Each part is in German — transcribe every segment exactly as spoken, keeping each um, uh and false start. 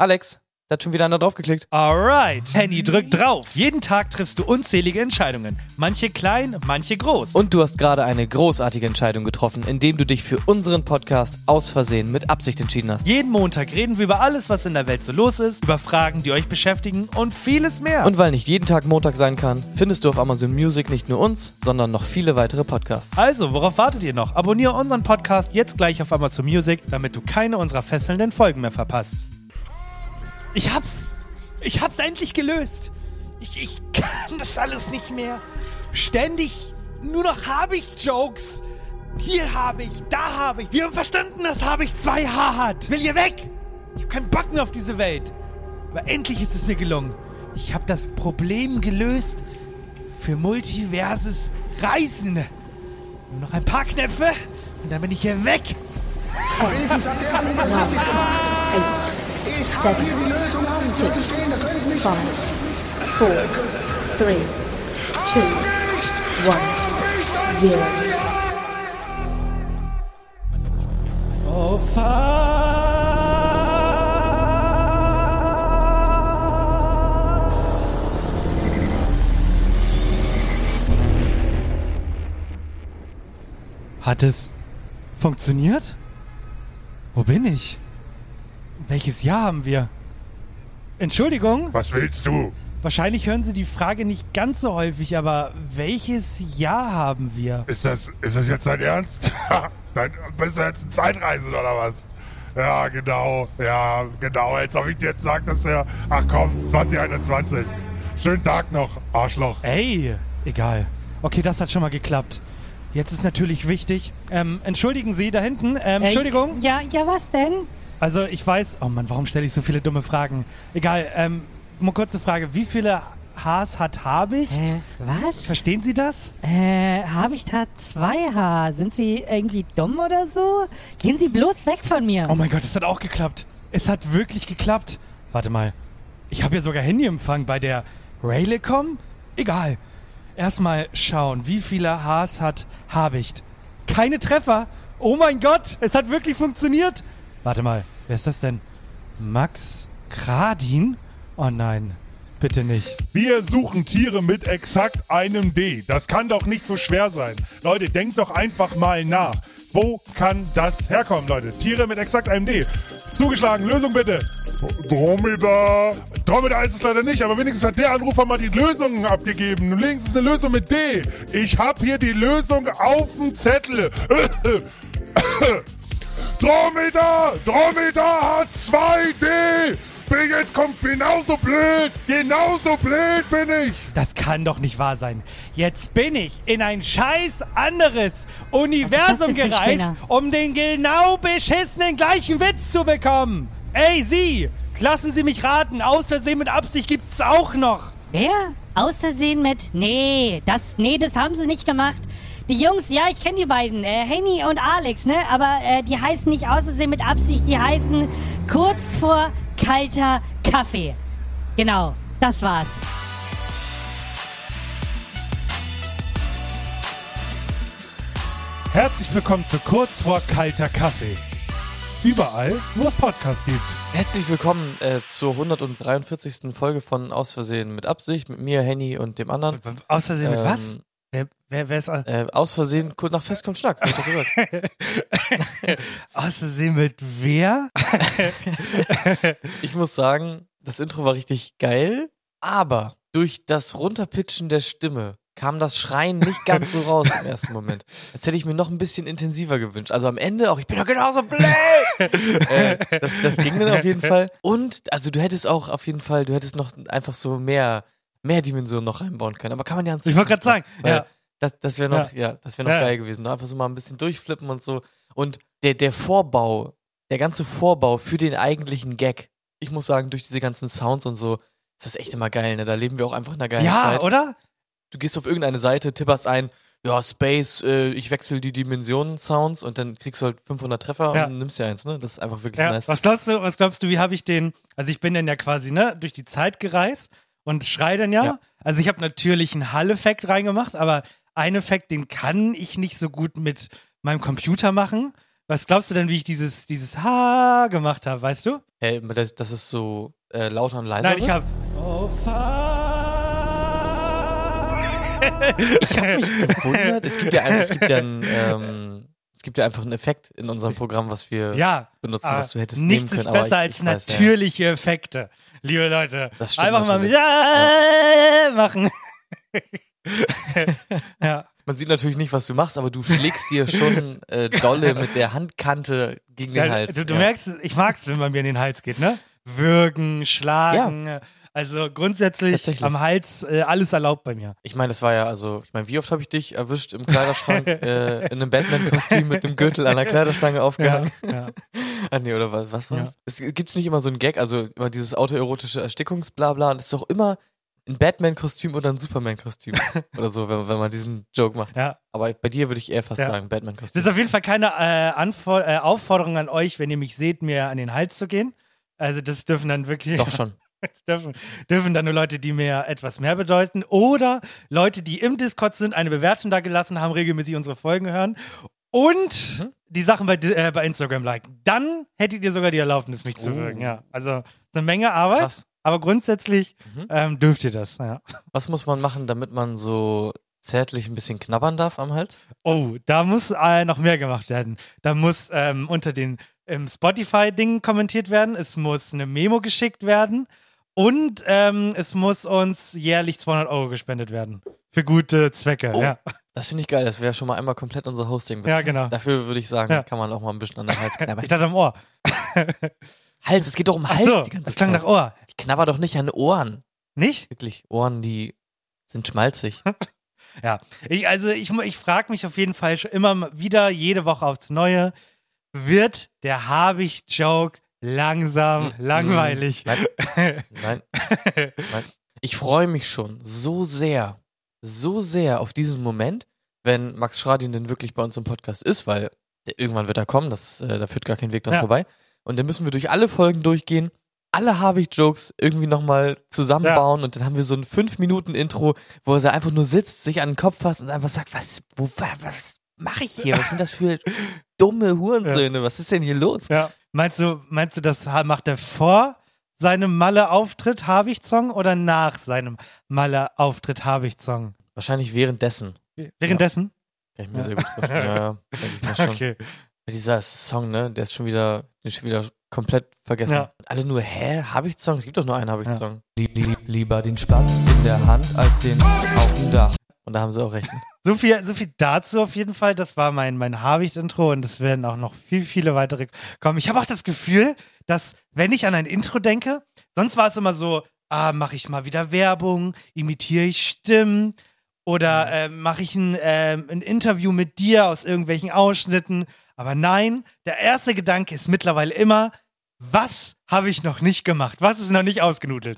Alex, da hat schon wieder einer draufgeklickt. Alright, Henny, drück drauf. Jeden Tag triffst du unzählige Entscheidungen. Manche klein, manche groß. Und du hast gerade eine großartige Entscheidung getroffen, indem du dich für unseren Podcast aus Versehen mit Absicht entschieden hast. Jeden Montag reden wir über alles, was in der Welt so los ist, über Fragen, die euch beschäftigen und vieles mehr. Und weil nicht jeden Tag Montag sein kann, findest du auf Amazon Music nicht nur uns, sondern noch viele weitere Podcasts. Also, worauf wartet ihr noch? Abonniere unseren Podcast jetzt gleich auf Amazon Music, damit du keine unserer fesselnden Folgen mehr verpasst. Ich hab's! Ich hab's endlich gelöst! Ich, ich kann das alles nicht mehr. Ständig nur noch habe ich Jokes. Hier habe ich, da habe ich. Wir haben verstanden, dass habe ich zwei H hat. Will hier weg! Ich hab keinen Bock mehr auf diese Welt. Aber endlich ist es mir gelungen. Ich habe das Problem gelöst für multiverses Reisen. Nur noch ein paar Knöpfe und dann bin ich hier weg. Ich habe hier die Lösung auf. Sie verstehen, das können Sie nicht. Five, four, three, two, one, zero. Oh, fuck. Hat es funktioniert? Wo bin ich? Welches Jahr haben wir? Entschuldigung? Was willst du? Wahrscheinlich hören Sie die Frage nicht ganz so häufig, aber welches Jahr haben wir? Ist das, ist das jetzt dein Ernst? Dein, bist du jetzt ein Zeitreisen oder was? Ja, genau. Ja, genau. Jetzt habe ich dir jetzt gesagt, dass der... Ach komm, zwanzig einundzwanzig. Schönen Tag noch, Arschloch. Ey, egal. Okay, das hat schon mal geklappt. Jetzt ist natürlich wichtig... Ähm, entschuldigen Sie, da hinten. Ähm, Entschuldigung. Äh, ja, ja, was denn? Also ich weiß, oh Mann, warum stelle ich so viele dumme Fragen? Egal, ähm, mal kurze Frage, wie viele Hs hat Habicht? Äh, was? Verstehen Sie das? Äh, Habicht hat zwei H. Sind Sie irgendwie dumm oder so? Gehen Sie bloß weg von mir. Oh mein Gott, es hat auch geklappt. Es hat wirklich geklappt. Warte mal, ich habe ja sogar Handyempfang bei der Raylecom? Egal. Erstmal schauen, wie viele Hs hat Habicht? Keine Treffer. Oh mein Gott, es hat wirklich funktioniert. Warte mal, wer ist das denn? Max Gradin? Oh nein, bitte nicht. Wir suchen Tiere mit exakt einem D. Das kann doch nicht so schwer sein. Leute, denkt doch einfach mal nach. Wo kann das herkommen, Leute? Tiere mit exakt einem D. Zugeschlagen, Lösung bitte. Dromedar. Dromedar ist es leider nicht, aber wenigstens hat der Anrufer mal die Lösung abgegeben. Wenigstens eine Lösung mit D. Ich hab hier die Lösung auf dem Zettel. Dromedar! Dromedar hat zwei D! Bin jetzt kommt genauso blöd! Genauso blöd bin ich! Das kann doch nicht wahr sein. Jetzt bin ich in ein scheiß anderes Universum gereist, um den genau beschissenen gleichen Witz zu bekommen. Ey, Sie! Lassen Sie mich raten, aus Versehen mit Absicht gibt's auch noch. Wer? Aus Versehen mit... Nee, das, nee, das haben Sie nicht gemacht. Die Jungs, ja, ich kenne die beiden, äh, Henny und Alex, ne? Aber äh, die heißen nicht aus Versehen mit Absicht, die heißen kurz vor kalter Kaffee. Genau, das war's. Herzlich willkommen zu Kurz vor kalter Kaffee. Überall, wo es Podcasts gibt. Herzlich willkommen äh, zur hundertdreiundvierzigsten Folge von Aus Versehen mit Absicht, mit mir, Henny und dem anderen. Aus Versehen mit ähm, was? Wer, wer, wer ist... Äh, aus Versehen, kurz nach Fest kommt Schnack, hab ich doch gesagt. Aus Versehen mit wer? Ich muss sagen, das Intro war richtig geil, aber durch das Runterpitchen der Stimme kam das Schreien nicht ganz so raus im ersten Moment. Das hätte ich mir noch ein bisschen intensiver gewünscht. Also am Ende auch, ich bin doch genauso blöd! äh, das, das ging dann auf jeden Fall. Und, also du hättest auch auf jeden Fall, du hättest noch einfach so mehr... mehr Dimensionen noch reinbauen können. Aber kann man ja Ich wollte gerade sagen, ja. Das, das wäre noch, ja. ja, das wäre noch ja. geil gewesen. Einfach so mal ein bisschen durchflippen und so. Und der, der Vorbau, der ganze Vorbau für den eigentlichen Gag, ich muss sagen, durch diese ganzen Sounds und so, ist das echt immer geil, ne? Da leben wir auch einfach in einer geilen ja, Zeit. Ja, oder? Du gehst auf irgendeine Seite, tipperst ein, ja, Space, äh, ich wechsle die Dimensionen-Sounds und dann kriegst du halt fünfhundert Treffer ja. und nimmst dir eins, ne? Das ist einfach wirklich ja. nice. Was glaubst du, was glaubst du, wie habe ich den, also ich bin dann ja quasi, ne, durch die Zeit gereist und schrei dann ja. ja. Also ich habe natürlich einen Hall-Effekt reingemacht, aber ein Effekt, den kann ich nicht so gut mit meinem Computer machen. Was glaubst du denn, wie ich dieses, dieses Ha gemacht habe, weißt du? Hey, das, das ist so äh, lauter und leiser Nein, ich wird? hab. Oh, fuck. Ich habe mich gewundert. Es gibt ja, ein, es gibt ja ein, ähm, es gibt ja einfach einen Effekt in unserem Programm, was wir Ja, benutzen, aber was du hättest nehmen nichts können. ist aber besser ich, als ich weiß, natürliche Effekte, liebe Leute. Das stimmt Einfach mal mit natürlich. machen. Ja. Ja. Man sieht natürlich nicht, was du machst, aber du schlägst dir schon äh, dolle mit der Handkante gegen den Ja, Hals. du du ja. merkst, ich mag's, wenn man mir in den Hals geht, ne? Würgen, schlagen. Also grundsätzlich Tatsächlich. am Hals äh, alles erlaubt bei mir. Ich meine, das war ja, also, ich meine, wie oft habe ich dich erwischt im Kleiderschrank äh, in einem Batman-Kostüm mit einem Gürtel an der Kleiderstange aufgehangen? Ja, ja. Ah, nee, oder was, was war's? Ja. Es gibt's nicht immer so einen Gag, also immer dieses autoerotische Erstickungsblabla, und es ist doch immer ein Batman-Kostüm oder ein Superman-Kostüm oder so, wenn, wenn man diesen Joke macht. Ja. Aber bei dir würde ich eher fast Ja. sagen, Das Batman-Kostüm. ist auf jeden Fall keine äh, Anfor äh, Aufforderung an euch, wenn ihr mich seht, mir an den Hals zu gehen. Also das dürfen dann wirklich, Doch schon. das dürfen, dürfen dann nur Leute, die mir etwas mehr bedeuten, oder Leute, die im Discord sind, eine Bewertung da gelassen haben, regelmäßig unsere Folgen hören und Mhm. die Sachen bei, Di- äh, bei Instagram liken. Dann hättet ihr sogar die Erlaubnis, mich zu Oh. würgen. Ja, also eine Menge Arbeit, Krass. aber grundsätzlich Mhm. ähm, dürft ihr das. Ja. Was muss man machen, damit man so zärtlich ein bisschen knabbern darf am Hals? Oh, da muss äh, noch mehr gemacht werden. Da muss ähm, unter den ähm, Spotify-Dingen kommentiert werden. Es muss eine Memo geschickt werden. Und ähm, es muss uns jährlich zweihundert Euro gespendet werden. Für gute Zwecke, Oh. ja. Das finde ich geil, das wäre schon mal einmal komplett unser Hosting bezahlt. Ja, genau. Dafür würde ich sagen, Ja. kann man auch mal ein bisschen an den Hals knabbern. Ich dachte am Ohr. Hals, es geht doch um Ach Hals so, die ganze das klang Zeit. nach Ohr. Ich knabber doch nicht an Ohren. Nicht? Wirklich, Ohren, die sind schmalzig. Ja. Ich, also ich, mu- ich frage mich auf jeden Fall schon immer mal wieder, jede Woche aufs Neue, wird der Habicht-Joke langsam Mm, langweilig? Nein, nein, nein. Ich freue mich schon so sehr, so sehr auf diesen Moment, wenn Max Schradin denn wirklich bei uns im Podcast ist, weil der, irgendwann wird er kommen, das, äh, da führt gar kein Weg dran Ja. vorbei. Und dann müssen wir durch alle Folgen durchgehen, alle Habicht-Jokes irgendwie nochmal zusammenbauen und dann haben wir so ein fünf Minuten Intro, wo er einfach nur sitzt, sich an den Kopf fasst und einfach sagt, was, wo, wa- was mache ich hier? Was sind das für dumme Hurensöhne? Was ist denn hier los? Ja. Meinst du, meinst du, das ha- macht er vor seinem Malle-Auftritt Habicht-Song oder nach seinem Malle-Auftritt Habicht-Song? Wahrscheinlich währenddessen. Währenddessen? Kann ich mir sehr gut vorstellen. Ja, ja, denke ich mir schon. Okay. Dieser Song, ne, der ist schon wieder, den ist schon wieder komplett vergessen. Ja. Alle nur, hä, Habicht-Song? Es gibt doch nur einen Habicht-Song. Lieb, lieb, lieber den Spatz in der Hand als den auf dem Dach. Und da haben sie auch recht. So viel, so viel dazu auf jeden Fall. Das war mein, mein Habicht-Intro und es werden auch noch viel, viele weitere kommen. Ich habe auch das Gefühl, dass, wenn ich an ein Intro denke, sonst war es immer so, ah, mache ich mal wieder Werbung, imitiere ich Stimmen oder äh, mache ich ein, äh, ein Interview mit dir aus irgendwelchen Ausschnitten. Aber nein, der erste Gedanke ist mittlerweile immer, was habe ich noch nicht gemacht? Was ist noch nicht ausgenudelt?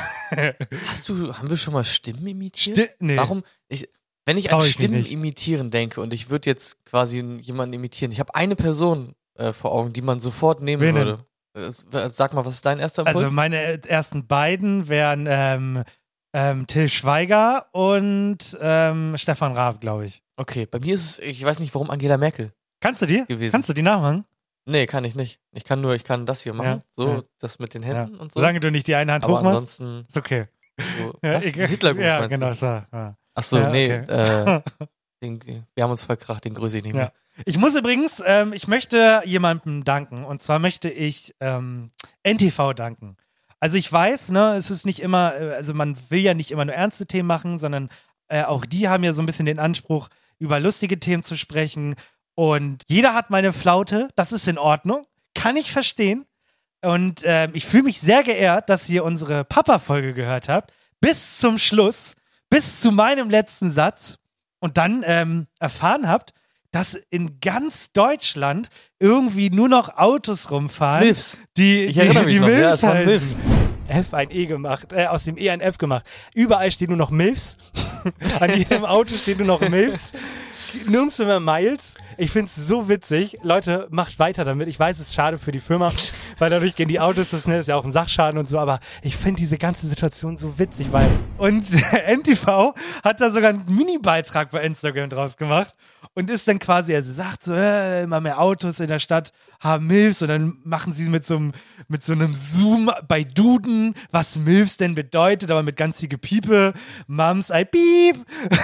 Hast du, haben wir schon mal Stimmen imitiert? Sti nee. Warum? Ich, wenn ich Trau an ich mich Stimmen nicht. imitieren denke und ich würde jetzt quasi jemanden imitieren, ich habe eine Person äh, vor Augen, die man sofort nehmen Wen würde. Äh, sag mal, was ist dein erster Impuls? Also meine ersten beiden wären ähm, ähm, Till Schweiger und ähm, Stefan Raab, glaube ich. okay, bei mir ist es, ich weiß nicht, warum Angela Merkel. Kannst du die? Gewesen. Kannst du die nachmachen? Nee, kann ich nicht. Ich kann nur, ich kann das hier machen. Ja, so, ja. das mit den Ja. Händen und so. Solange du nicht die eine Hand Aber hochmachst, ansonsten ist okay. so, Ja, was? ich- Hitlergruß ja, meinst genau, du? so, ja. Ach so, Ja, nee, okay. äh, den, wir haben uns verkracht, den grüße ich nicht Ja. mehr. Ich muss übrigens, ähm, ich möchte jemandem danken. Und zwar möchte ich ähm, N T V danken. Also ich weiß, ne, es ist nicht immer, äh, also man will ja nicht immer nur ernste Themen machen, sondern äh, auch die haben ja so ein bisschen den Anspruch, über lustige Themen zu sprechen. Und jeder hat meine Flaute, das ist in Ordnung, kann ich verstehen. Und ähm, ich fühle mich sehr geehrt, dass ihr unsere Papa-Folge gehört habt, bis zum Schluss, bis zu meinem letzten Satz und dann ähm, erfahren habt, dass in ganz Deutschland irgendwie nur noch Autos rumfahren, Milfs. die, Ich die, erinnere mich die noch, ja, Milfs es waren heißen. Milfs. F ein E gemacht, äh, aus dem E ein F gemacht. Überall stehen nur noch Milfs. An jedem Auto stehen nur noch Milfs. Nirgendwo mehr Miles. Ich find's so witzig. Leute, macht weiter damit. Ich weiß, es ist schade für die Firma, weil dadurch gehen die Autos, das ist ja auch ein Sachschaden und so, aber ich finde diese ganze Situation so witzig, weil Und N T V hat da sogar einen Mini-Beitrag bei Instagram draus gemacht. und ist dann quasi, also sagt so, äh, immer mehr Autos in der Stadt haben Milfs und dann machen sie mit so einem, mit so einem Zoom bei Duden, was Milfs denn bedeutet, aber mit ganz viel Gepiepe. Moms, I beep.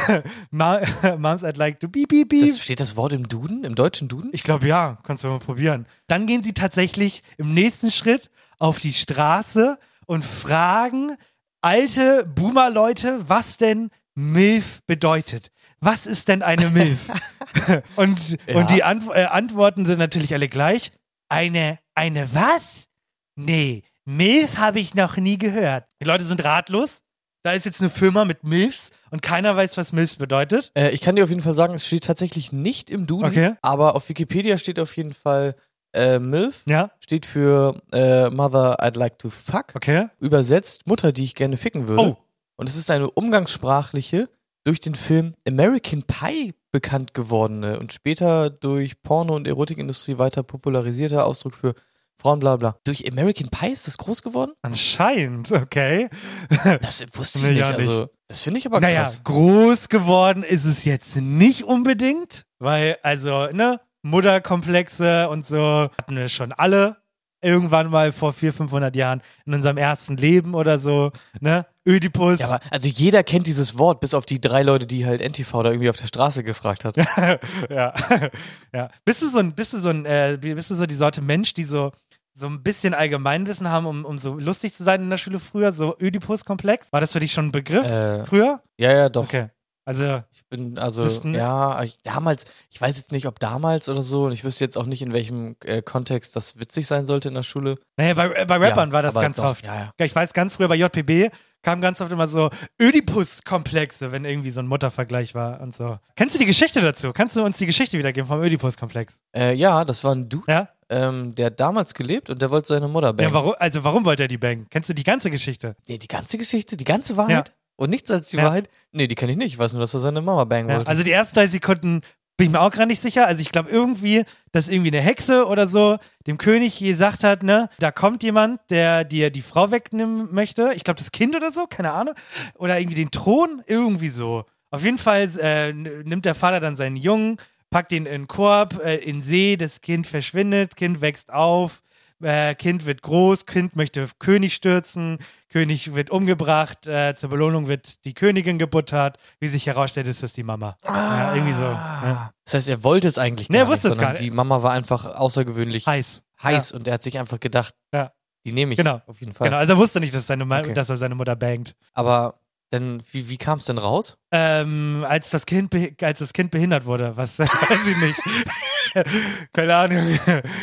Moms, I'd like to beep, beep, beep. Das, steht das Wort im Duden, im deutschen Duden? Ich glaube, ja, kannst du mal probieren. Dann gehen sie tatsächlich im nächsten Schritt auf die Straße und fragen alte Boomer-Leute, was denn Milf bedeutet. Was ist denn eine Milf? und, Ja. und die Ant- äh, Antworten sind natürlich alle gleich. Eine, eine was? Nee, Milf habe ich noch nie gehört. Die Leute sind ratlos. Da ist jetzt eine Firma mit Milfs und keiner weiß, was Milfs bedeutet. Äh, ich kann dir auf jeden Fall sagen, es steht tatsächlich nicht im Duden, Okay. aber auf Wikipedia steht auf jeden Fall äh, MILF, Ja, steht für äh, Mother I'd like to fuck, okay. übersetzt Mutter, die ich gerne ficken würde. Oh. Und es ist eine umgangssprachliche, durch den Film American Pie bekannt gewordene und später durch Porno- und Erotikindustrie weiter popularisierte Ausdruck für Frauen, bla bla. Durch American Pie ist das groß geworden? Anscheinend, okay. Das wusste ich Nee, nicht. ja, nicht. Also, das finde ich aber Naja, krass. groß geworden ist es jetzt nicht unbedingt, weil, also, ne, Mutterkomplexe und so hatten wir schon alle irgendwann mal vor vierhundert, fünfhundert Jahren in unserem ersten Leben oder so, ne, Ödipus. Ja, aber also jeder kennt dieses Wort, bis auf die drei Leute, die halt N T V da irgendwie auf der Straße gefragt hat. ja, ja. Bist du so ein, bist du so ein, äh, bist du so die Sorte Mensch, die so so ein bisschen Allgemeinwissen haben, um, um so lustig zu sein in der Schule früher, so Ödipus-Komplex? War das für dich schon ein Begriff Äh, früher? Ja, ja, doch. Okay. Also, Ich bin, also, Bist ein- ja, ich, damals, ich weiß jetzt nicht, ob damals oder so, und ich wüsste jetzt auch nicht, in welchem äh, Kontext das witzig sein sollte in der Schule. naja, bei, äh, bei Rappern Ja, war das aber ganz doch, oft. Ja, ja. Ja, ich weiß, ganz früher bei J P B kam ganz oft immer so Ödipus-Komplexe, wenn irgendwie so ein Muttervergleich war und so. Kennst du die Geschichte dazu? Kannst du uns die Geschichte wiedergeben vom Ödipus-Komplex? Äh, ja, das war ein Dude, Ja? ähm, der hat damals gelebt und der wollte seine Mutter Ja, bangen. warum, also warum wollte er die bangen? Kennst du die ganze Geschichte? Nee, die ganze Geschichte, die ganze Wahrheit? Ja. Und nichts als die Ja. Wahrheit? Nee, die kenne ich nicht. Ich weiß nur, dass er seine Mama bangen Ja, wollte. also die ersten drei Sekunden bin ich mir auch gerade nicht sicher. Also ich glaube irgendwie, dass irgendwie eine Hexe oder so dem König gesagt hat, ne, da kommt jemand, der dir die Frau wegnehmen möchte. Ich glaube das Kind oder so, keine Ahnung. Oder irgendwie den Thron, irgendwie so. Auf jeden Fall äh, nimmt der Vater dann seinen Jungen, packt ihn in den Korb, äh, in See, das Kind verschwindet, Kind wächst auf, äh, Kind wird groß, Kind möchte König stürzen, König wird umgebracht, äh, zur Belohnung wird die Königin gebuttert, wie sich herausstellt, ist das die Mama. Ja, irgendwie so. Ne? Das heißt, er wollte es eigentlich Nee, gar er wusste nicht, es gar sondern nicht. die Mama war einfach außergewöhnlich Heiß. heiß und er hat sich einfach gedacht, Ja. die nehme ich Genau. auf jeden Fall. Genau, also er wusste nicht, dass, seine Ma- Okay. dass er seine Mutter bangt. Aber dann, wie, wie kam es denn raus? Ähm, als das Kind behi- als das Kind behindert wurde, was weiß ich nicht. Keine Ahnung.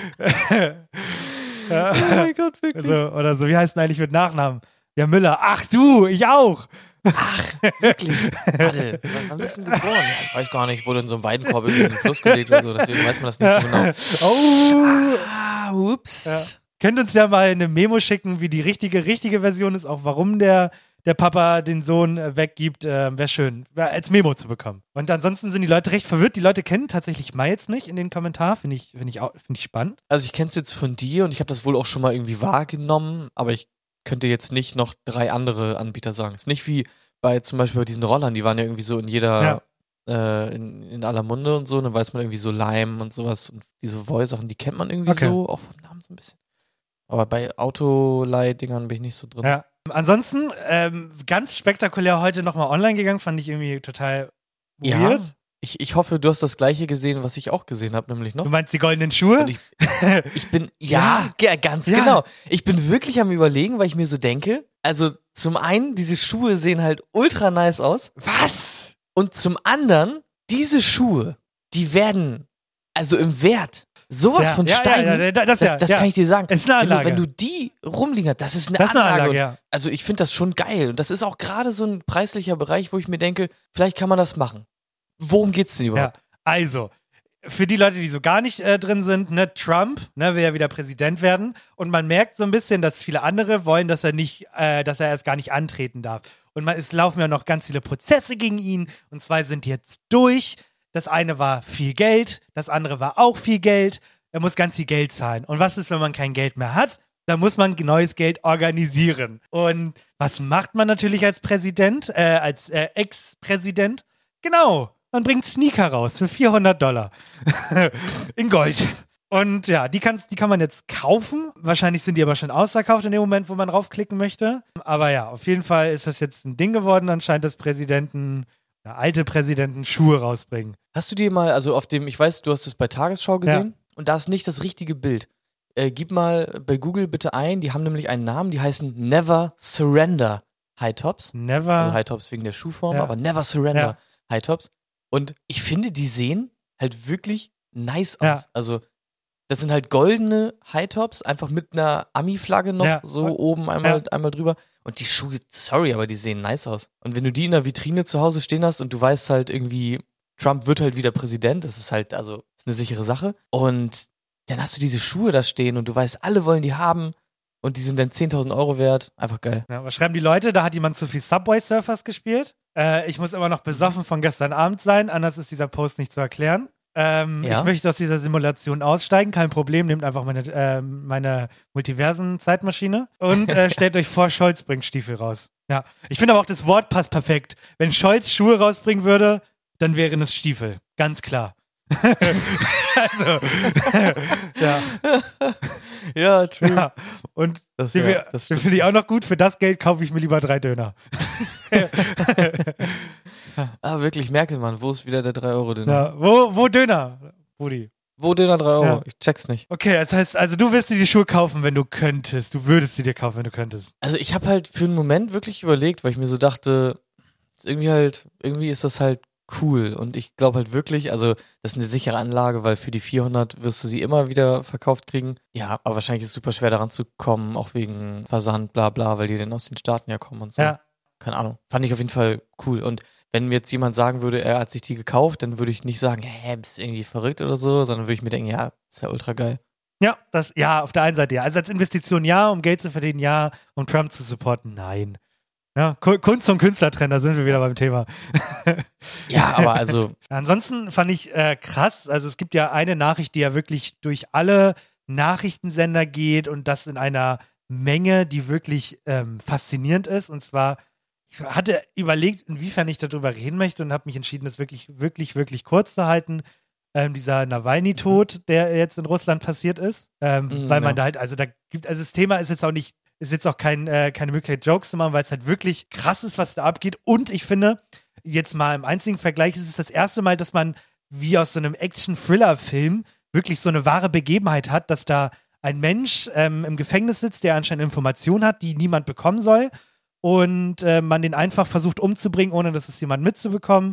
ja. Oh mein Gott, wirklich. Also, oder so, wie heißt denn eigentlich mit Nachnamen? Ja, Müller. Ach du, ich auch. Wirklich? Warte, wann- wann bist du denn geboren? Ja, ich weiß gar nicht, wurde in so einem Weidenkorb irgendwie in den Fluss gelegt oder so, deswegen weiß man das nicht so genau. Oh. Ah, ups. Ja. Könnt uns ja mal eine Memo schicken, wie die richtige, richtige Version ist, auch warum der, der Papa den Sohn äh, weggibt. Äh, Wäre schön, wär als Memo zu bekommen. Und ansonsten sind die Leute recht verwirrt. Die Leute kennen tatsächlich Miles nicht in den Kommentaren. Finde ich, finde ich, auch- finde ich spannend. Also ich kenne es jetzt von dir und ich habe das wohl auch schon mal irgendwie wahrgenommen, aber ich könnte jetzt nicht noch drei andere Anbieter sagen. Es ist nicht wie bei zum Beispiel bei diesen Rollern, die waren ja irgendwie so in jeder, äh, in, in aller Munde und so, dann weiß man irgendwie so Lime und sowas und diese Voice-Sachen, die kennt man irgendwie Okay. so, auch vom Namen so ein bisschen. Aber bei Autoleih-Dingern bin ich nicht so drin. Ja. Ansonsten, ähm, ganz spektakulär heute nochmal online gegangen, fand ich irgendwie total Ja. weird. Ich, ich hoffe, du hast das gleiche gesehen, was ich auch gesehen habe, nämlich noch. Du meinst die goldenen Schuhe? Und ich, ich bin, ja, ja ganz Ja. genau. Ich bin wirklich am Überlegen, weil ich mir so denke, also zum einen, diese Schuhe sehen halt ultra nice aus. Was? Und zum anderen, diese Schuhe, die werden, also im Wert, sowas Ja, von ja, ja, steigen. ja, das, das, das ja, das ja. kann ich dir sagen. Es ist eine Wenn du, Anlage. wenn du die rumliegen hast, das ist eine Das ist eine Anlage. Anlage, und, ja. Also ich finde das schon geil. Und das ist auch gerade so ein preislicher Bereich, wo ich mir denke, vielleicht kann man das machen. Worum geht's denn überhaupt? Ja, also, für die Leute, die so gar nicht äh, drin sind, ne, Trump, ne, will ja wieder Präsident werden und man merkt so ein bisschen, dass viele andere wollen, dass er nicht, äh, dass er erst gar nicht antreten darf. Und man, es laufen ja noch ganz viele Prozesse gegen ihn und zwei sind jetzt durch. Das eine war viel Geld, das andere war auch viel Geld. Er muss ganz viel Geld zahlen. Und was ist, wenn man kein Geld mehr hat? Da muss man neues Geld organisieren. Und was macht man natürlich als Präsident, äh, als äh, Ex-Präsident? Genau. man bringt Sneaker raus für vierhundert Dollar. In Gold. Und ja, die, kann's, die kann man jetzt kaufen. Wahrscheinlich sind die aber schon ausverkauft in dem Moment, wo man raufklicken möchte. Aber ja, auf jeden Fall ist das jetzt ein Ding geworden, anscheinend, dass Präsidenten, oder alte Präsidenten Schuhe rausbringen. Hast du dir mal, also auf dem, ich weiß, du hast es bei Tagesschau gesehen Ja. und da ist nicht das richtige Bild. Äh, gib mal bei Google bitte ein, die haben nämlich einen Namen, die heißen Never Surrender High Tops. Never. Also High Tops wegen der Schuhform, Ja. aber Never Surrender Ja. High Tops. Und ich finde, die sehen halt wirklich nice Ja. aus. Also das sind halt goldene High Tops, einfach mit einer Ami-Flagge noch Ja. so oben einmal, Ja. einmal drüber. Und die Schuhe, sorry, aber die sehen nice aus. Und wenn du die in der Vitrine zu Hause stehen hast und du weißt halt irgendwie, Trump wird halt wieder Präsident, das ist halt, also, ist eine sichere Sache. Und dann hast du diese Schuhe da stehen und du weißt, alle wollen die haben und die sind dann zehntausend Euro wert. Einfach geil. Ja, was schreiben die Leute? Da hat jemand zu viel Subway Surfers gespielt. Äh, ich muss immer noch besoffen von gestern Abend sein, anders ist dieser Post nicht zu erklären. Ähm, Ja. Ich möchte aus dieser Simulation aussteigen, kein Problem, nehmt einfach meine, äh, meine Multiversen-Zeitmaschine und äh, stellt euch vor, Scholz bringt Stiefel raus. Ja, ich finde aber auch, das Wort passt perfekt. Wenn Scholz Schuhe rausbringen würde, dann wären es Stiefel, ganz klar. also, ja. Ja, true. ja. Und Das die, wär- das stimmt. finde ich auch noch gut, für das Geld kaufe ich mir lieber drei Döner. Ah, wirklich, Merkelmann, wo ist wieder der drei Euro Döner? Ja, wo, wo Döner, Rudi? Wo Döner drei Euro? Ja. Ich check's nicht. Okay, das heißt, also du wirst dir die Schuhe kaufen, wenn du könntest. Du würdest sie dir kaufen, wenn du könntest. Also ich habe halt für einen Moment wirklich überlegt, weil ich mir so dachte, irgendwie halt, irgendwie ist das halt cool und ich glaube halt wirklich, also das ist eine sichere Anlage, weil für die vierhundert wirst du sie immer wieder verkauft kriegen. Ja, aber wahrscheinlich ist es super schwer daran zu kommen, auch wegen Versand, bla bla, weil die dann aus den Staaten ja kommen und so. Ja. Keine Ahnung. Fand ich auf jeden Fall cool. Und wenn mir jetzt jemand sagen würde, er hat sich die gekauft, dann würde ich nicht sagen, hä, bist du irgendwie verrückt oder so, sondern würde ich mir denken, ja, ist ja ultra geil. Ja, das, ja, auf der einen Seite ja. Also als Investition ja, um Geld zu verdienen ja, um Trump zu supporten, nein. Ja, Ku- Kunst- und Künstlertrend, da sind wir wieder beim Thema. Ja, aber also, Ansonsten fand ich äh, krass, also es gibt ja eine Nachricht, die ja wirklich durch alle Nachrichtensender geht und das in einer Menge, die wirklich ähm, faszinierend ist. Und zwar, ich hatte überlegt, inwiefern ich darüber reden möchte und habe mich entschieden, das wirklich, wirklich, wirklich kurz zu halten. Ähm, dieser Nawalny-Tod, der jetzt in Russland passiert ist. Ähm, Mhm, weil man ja. da halt, also da gibt, also das Thema ist jetzt auch nicht, ist jetzt auch kein, äh, keine Möglichkeit, Jokes zu machen, weil es halt wirklich krass ist, was da abgeht. Und ich finde, jetzt mal im einzigen Vergleich ist es das erste Mal, dass man wie aus so einem Action-Thriller-Film wirklich so eine wahre Begebenheit hat, dass da ein Mensch ähm, im Gefängnis sitzt, der anscheinend Informationen hat, die niemand bekommen soll und äh, man den einfach versucht umzubringen, ohne dass es jemand mitzubekommen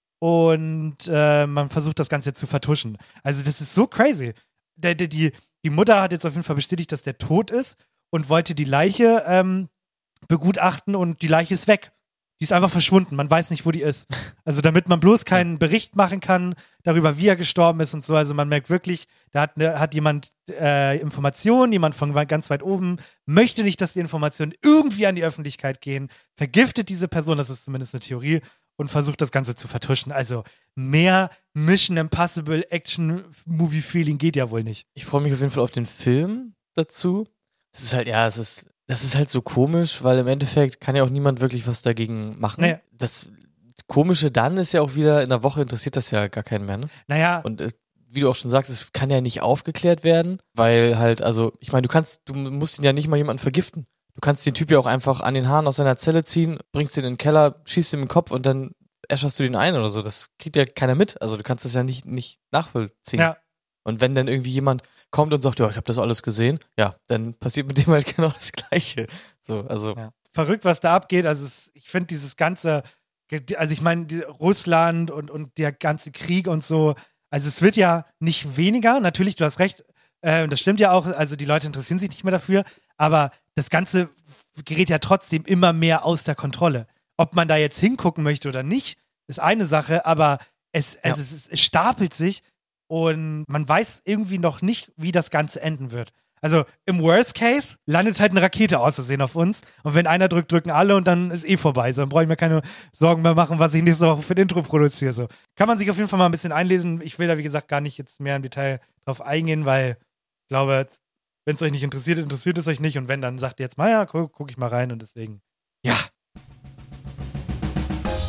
und äh, man versucht das Ganze zu vertuschen. Also das ist so crazy. Der, der, die, die Mutter hat jetzt auf jeden Fall bestätigt, dass der tot ist und wollte die Leiche ähm, begutachten und die Leiche ist weg. Die ist einfach verschwunden. Man weiß nicht, wo die ist. Also damit man bloß keinen Bericht machen kann darüber, wie er gestorben ist und so. Also man merkt wirklich, da hat, ne, hat jemand äh, Informationen, jemand von ganz weit oben, möchte nicht, dass die Informationen irgendwie an die Öffentlichkeit gehen, vergiftet diese Person, das ist zumindest eine Theorie, und versucht das Ganze zu vertuschen. Also mehr Mission Impossible Action-Movie-Feeling geht ja wohl nicht. ich freue mich auf jeden Fall auf den Film dazu. Es ist halt, ja, es ist, das ist halt so komisch, weil im Endeffekt kann ja auch niemand wirklich was dagegen machen. Naja. Das Komische dann ist ja auch wieder, in der Woche interessiert das ja gar keinen mehr, ne? Naja, Und äh, wie du auch schon sagst, es kann ja nicht aufgeklärt werden, weil halt, also, ich meine, du kannst, du musst ihn ja nicht mal jemanden vergiften. Du kannst den Typ ja auch einfach an den Haaren aus seiner Zelle ziehen, bringst ihn in den Keller, schießt ihm in den Kopf und dann äscherst du den ein oder so. Das kriegt ja keiner mit. Also du kannst das ja nicht, nicht nachvollziehen. ja. Und wenn dann irgendwie jemand kommt und sagt, ja, ich habe das alles gesehen, ja, dann passiert mit dem halt genau das Gleiche. So, also, Ja. Verrückt, was da abgeht. Also es, ich finde dieses ganze, also ich meine, die- Russland und, und der ganze Krieg und so, also es wird ja nicht weniger. Natürlich, du hast recht, äh, das stimmt ja auch, also die Leute interessieren sich nicht mehr dafür, aber das Ganze gerät ja trotzdem immer mehr aus der Kontrolle. Ob man da jetzt hingucken möchte oder nicht, ist eine Sache, aber es, es, Ja. es, es stapelt sich und man weiß irgendwie noch nicht, wie das Ganze enden wird. Also im Worst Case landet halt eine Rakete aus Versehen auf uns und wenn einer drückt, drücken alle und dann ist eh vorbei. So, dann brauche ich mir keine Sorgen mehr machen, was ich nächste Woche für ein Intro produziere. So. Kann man sich auf jeden Fall mal ein bisschen einlesen. Ich will da, wie gesagt, gar nicht jetzt mehr im Detail drauf eingehen, weil ich glaube, wenn es euch nicht interessiert, interessiert es euch nicht. Und wenn, dann sagt ihr jetzt mal, ja, guck, guck ich mal rein und deswegen, ja. Herzlich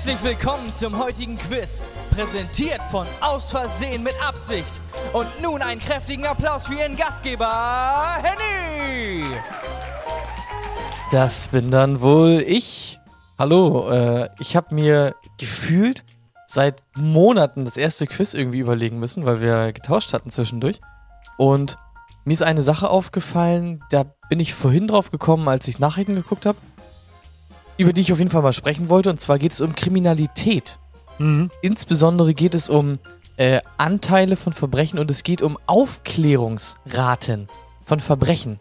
Herzlich willkommen zum heutigen Quiz, präsentiert von Aus Versehen mit Absicht. Und nun einen kräftigen Applaus für Ihren Gastgeber, Henny! Das bin dann wohl ich. Hallo, äh, ich habe mir gefühlt seit Monaten das erste Quiz irgendwie überlegen müssen, weil wir getauscht hatten zwischendurch. Und mir ist eine Sache aufgefallen, da bin ich vorhin drauf gekommen, als ich Nachrichten geguckt habe, über die ich auf jeden Fall mal sprechen wollte. Und zwar geht es um Kriminalität. Mhm. Insbesondere geht es um äh, Anteile von Verbrechen und es geht um Aufklärungsraten von Verbrechen.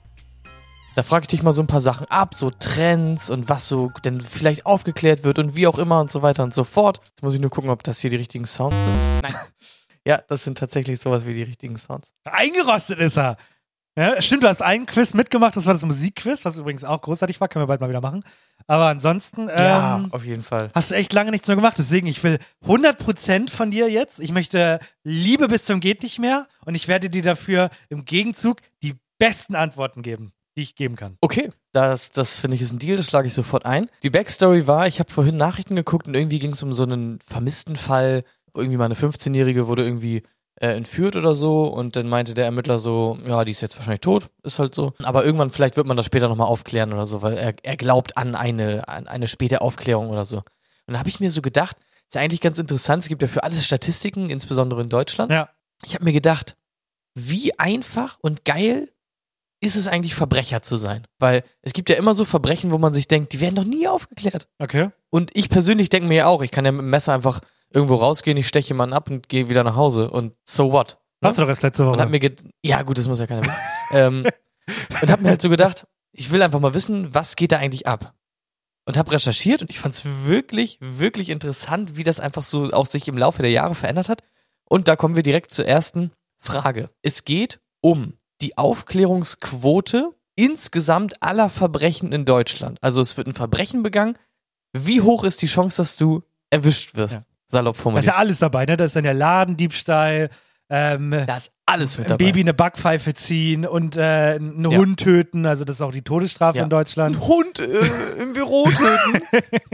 Da frage ich dich mal so ein paar Sachen ab, so Trends und was so denn vielleicht aufgeklärt wird und wie auch immer und so weiter und so fort. Jetzt muss ich nur gucken, ob das hier die richtigen Sounds sind. Nein. Ja, das sind tatsächlich sowas wie die richtigen Sounds. Eingerostet ist er. Ja, stimmt, du hast einen Quiz mitgemacht, das war das Musikquiz, was übrigens auch großartig war, können wir bald mal wieder machen. Aber ansonsten ähm, Ja, auf jeden Fall. hast du echt lange nichts mehr gemacht, deswegen ich will hundert Prozent von dir jetzt. Ich möchte Liebe bis zum geht nicht mehr und ich werde dir dafür im Gegenzug die besten Antworten geben, die ich geben kann. Okay, das, das finde ich ist ein Deal, das schlage ich sofort ein. Die Backstory war, ich habe vorhin Nachrichten geguckt und irgendwie ging es um so einen vermissten Fall. Irgendwie mal eine fünfzehnjährige wurde irgendwie äh, entführt oder so und dann meinte der Ermittler so, ja, die ist jetzt wahrscheinlich tot, ist halt so. Aber irgendwann, vielleicht wird man das später nochmal aufklären oder so, weil er, er glaubt an eine, an eine späte Aufklärung oder so. Und dann habe ich mir so gedacht, ist ja eigentlich ganz interessant, es gibt ja für alles Statistiken, insbesondere in Deutschland. Ja. Ich habe mir gedacht, wie einfach und geil ist es eigentlich, Verbrecher zu sein? Weil es gibt ja immer so Verbrechen, wo man sich denkt, die werden doch nie aufgeklärt. Okay. Und ich persönlich denke mir ja auch, ich kann ja mit dem Messer einfach irgendwo rausgehen, ich steche jemanden ab und gehe wieder nach Hause und so what? Hast du doch erst letzte Woche. Und hab mir ge- ja gut, das muss ja keiner wissen. ähm, und hab mir halt so gedacht, ich will einfach mal wissen, was geht da eigentlich ab? Und hab recherchiert und ich fand's wirklich, wirklich interessant, wie das einfach so auch sich im Laufe der Jahre verändert hat. Und da kommen wir direkt zur ersten Frage. Es geht um die Aufklärungsquote insgesamt aller Verbrechen in Deutschland. Also es wird ein Verbrechen begangen. Wie hoch ist die Chance, dass du erwischt wirst? Ja. Salopp Da ist formuliert. ja alles dabei, ne? Da ist dann der Ladendiebstahl, ähm, Da ist alles mit ein dabei. Baby eine Backpfeife ziehen und äh, einen Ja. Hund töten, also das ist auch die Todesstrafe Ja. in Deutschland. Ein Hund äh, im Büro töten.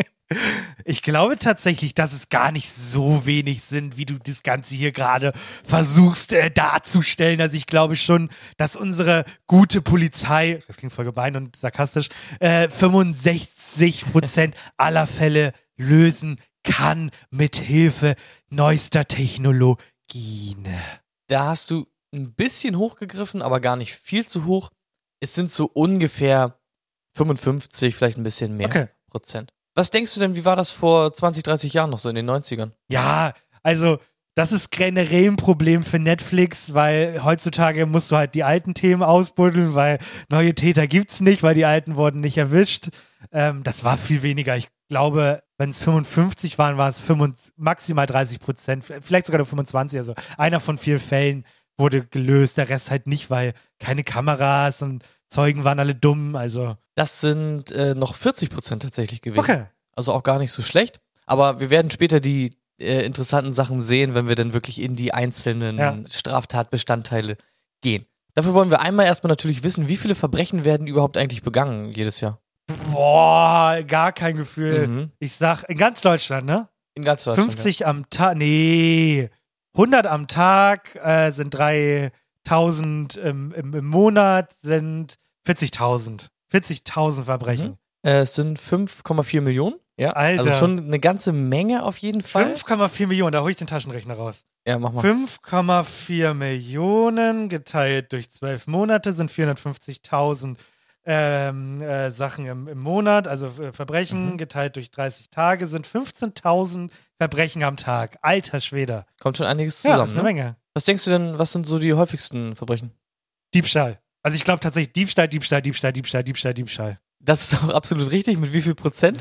Ich glaube tatsächlich, dass es gar nicht so wenig sind, wie du das Ganze hier gerade versuchst äh, darzustellen. Also ich glaube schon, dass unsere gute Polizei, das klingt voll gemein und sarkastisch, äh, fünfundsechzig Prozent aller Fälle lösen kann mit Hilfe neuester Technologien. Da hast du ein bisschen hochgegriffen, aber gar nicht viel zu hoch. Es sind so ungefähr fünfundfünfzig, vielleicht ein bisschen mehr Okay. Prozent. Was denkst du denn, wie war das vor zwanzig, dreißig Jahren noch so in den neunzigern? Ja, also das ist generell ein Problem für Netflix, weil heutzutage musst du halt die alten Themen ausbuddeln, weil neue Täter gibt's nicht, weil die alten wurden nicht erwischt. Ähm, das war viel weniger. Ich glaube, wenn es fünfundfünfzig waren, war es fünfund- maximal dreißig Prozent, vielleicht sogar nur fünfundzwanzig. Also einer von vier Fällen wurde gelöst, der Rest halt nicht, weil keine Kameras und Zeugen waren alle dumm. Also Das sind äh, noch vierzig Prozent tatsächlich gewesen. okay. Also auch gar nicht so schlecht. Aber wir werden später die äh, interessanten Sachen sehen, wenn wir dann wirklich in die einzelnen Ja. Straftatbestandteile gehen. Dafür wollen wir einmal erstmal natürlich wissen, wie viele Verbrechen werden überhaupt eigentlich begangen jedes Jahr? Boah, gar kein Gefühl. Mhm. Ich sag, in ganz Deutschland, ne? In ganz Deutschland. fünfzig am Tag, nee, hundert am Tag äh, sind dreitausend im, im, im Monat, sind vierzigtausend. vierzigtausend Verbrechen. Ja. Äh, es sind fünf Komma vier Millionen. Ja, Alter. also schon eine ganze Menge auf jeden Fall. fünf Komma vier Millionen, da hole ich den Taschenrechner raus. Ja, mach mal. fünf Komma vier Millionen geteilt durch zwölf Monate sind vierhundertfünfzigtausend ähm, äh, Sachen im, im Monat, also äh, Verbrechen Mhm. geteilt durch dreißig Tage sind fünfzehntausend Verbrechen am Tag. Alter Schwede. Kommt schon einiges Ja, zusammen. das ist eine ne? Menge. Was denkst du denn, was sind so die häufigsten Verbrechen? Diebstahl. Also ich glaube tatsächlich Diebstahl, Diebstahl, Diebstahl, Diebstahl, Diebstahl, Diebstahl. Das ist auch absolut richtig. Mit wie viel Prozent?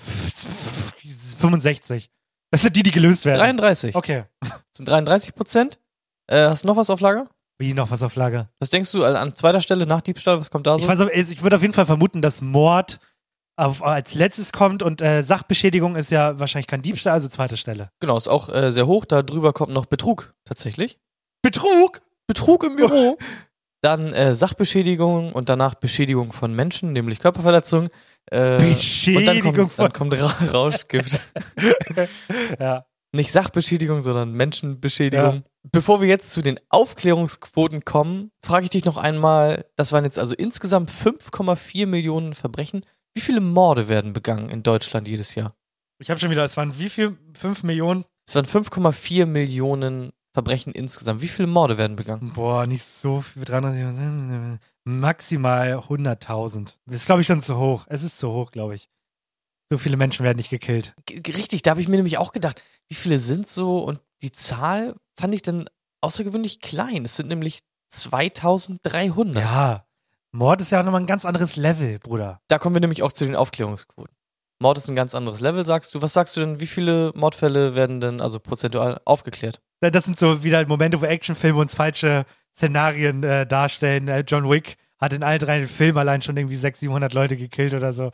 fünfundsechzig. Das sind die, die gelöst werden. dreiunddreißig. Okay. Das sind dreiunddreißig Prozent. Äh, hast du noch was auf Lager? Wie noch was auf Lager? Was denkst du, also an zweiter Stelle nach Diebstahl, was kommt da so? Ich, weiß, auch- ich würde auf jeden Fall vermuten, dass Mord auf, als letztes kommt und äh, Sachbeschädigung ist ja wahrscheinlich kein Diebstahl, also zweite Stelle. Genau, ist auch äh, sehr hoch. Da drüber kommt noch Betrug, tatsächlich. Betrug? Betrug im Büro. Dann äh, Sachbeschädigung und danach Beschädigung von Menschen, nämlich Körperverletzung. Äh, Beschädigung und dann kommt, von- dann kommt Ra Rauschgift. Ja. Nicht Sachbeschädigung, sondern Menschenbeschädigung. Bevor wir jetzt zu den Aufklärungsquoten kommen, frage ich dich noch einmal, das waren jetzt also insgesamt fünf Komma vier Millionen Verbrechen. Wie viele Morde werden begangen in Deutschland jedes Jahr? Ich habe schon wieder, es waren wie viel? Fünf Millionen? Es waren fünf Komma vier Millionen Verbrechen insgesamt. Wie viele Morde werden begangen? Boah, nicht so viel. dreihundert, maximal hunderttausend. Das ist, glaube ich, schon zu hoch. Es ist zu hoch, glaube ich. So viele Menschen werden nicht gekillt. G richtig, da habe ich mir nämlich auch gedacht, wie viele sind so und die Zahl fand ich dann außergewöhnlich klein. Es sind nämlich zweitausenddreihundert. Ja, Mord ist ja auch nochmal ein ganz anderes Level, Bruder. Da kommen wir nämlich auch zu den Aufklärungsquoten. Mord ist ein ganz anderes Level, sagst du. Was sagst du denn, wie viele Mordfälle werden denn also prozentual aufgeklärt? Das sind so wieder Momente, wo Actionfilme uns falsche Szenarien äh, darstellen. Äh, John Wick hat in allen drei Filmen allein schon irgendwie sechshundert, siebenhundert Leute gekillt oder so.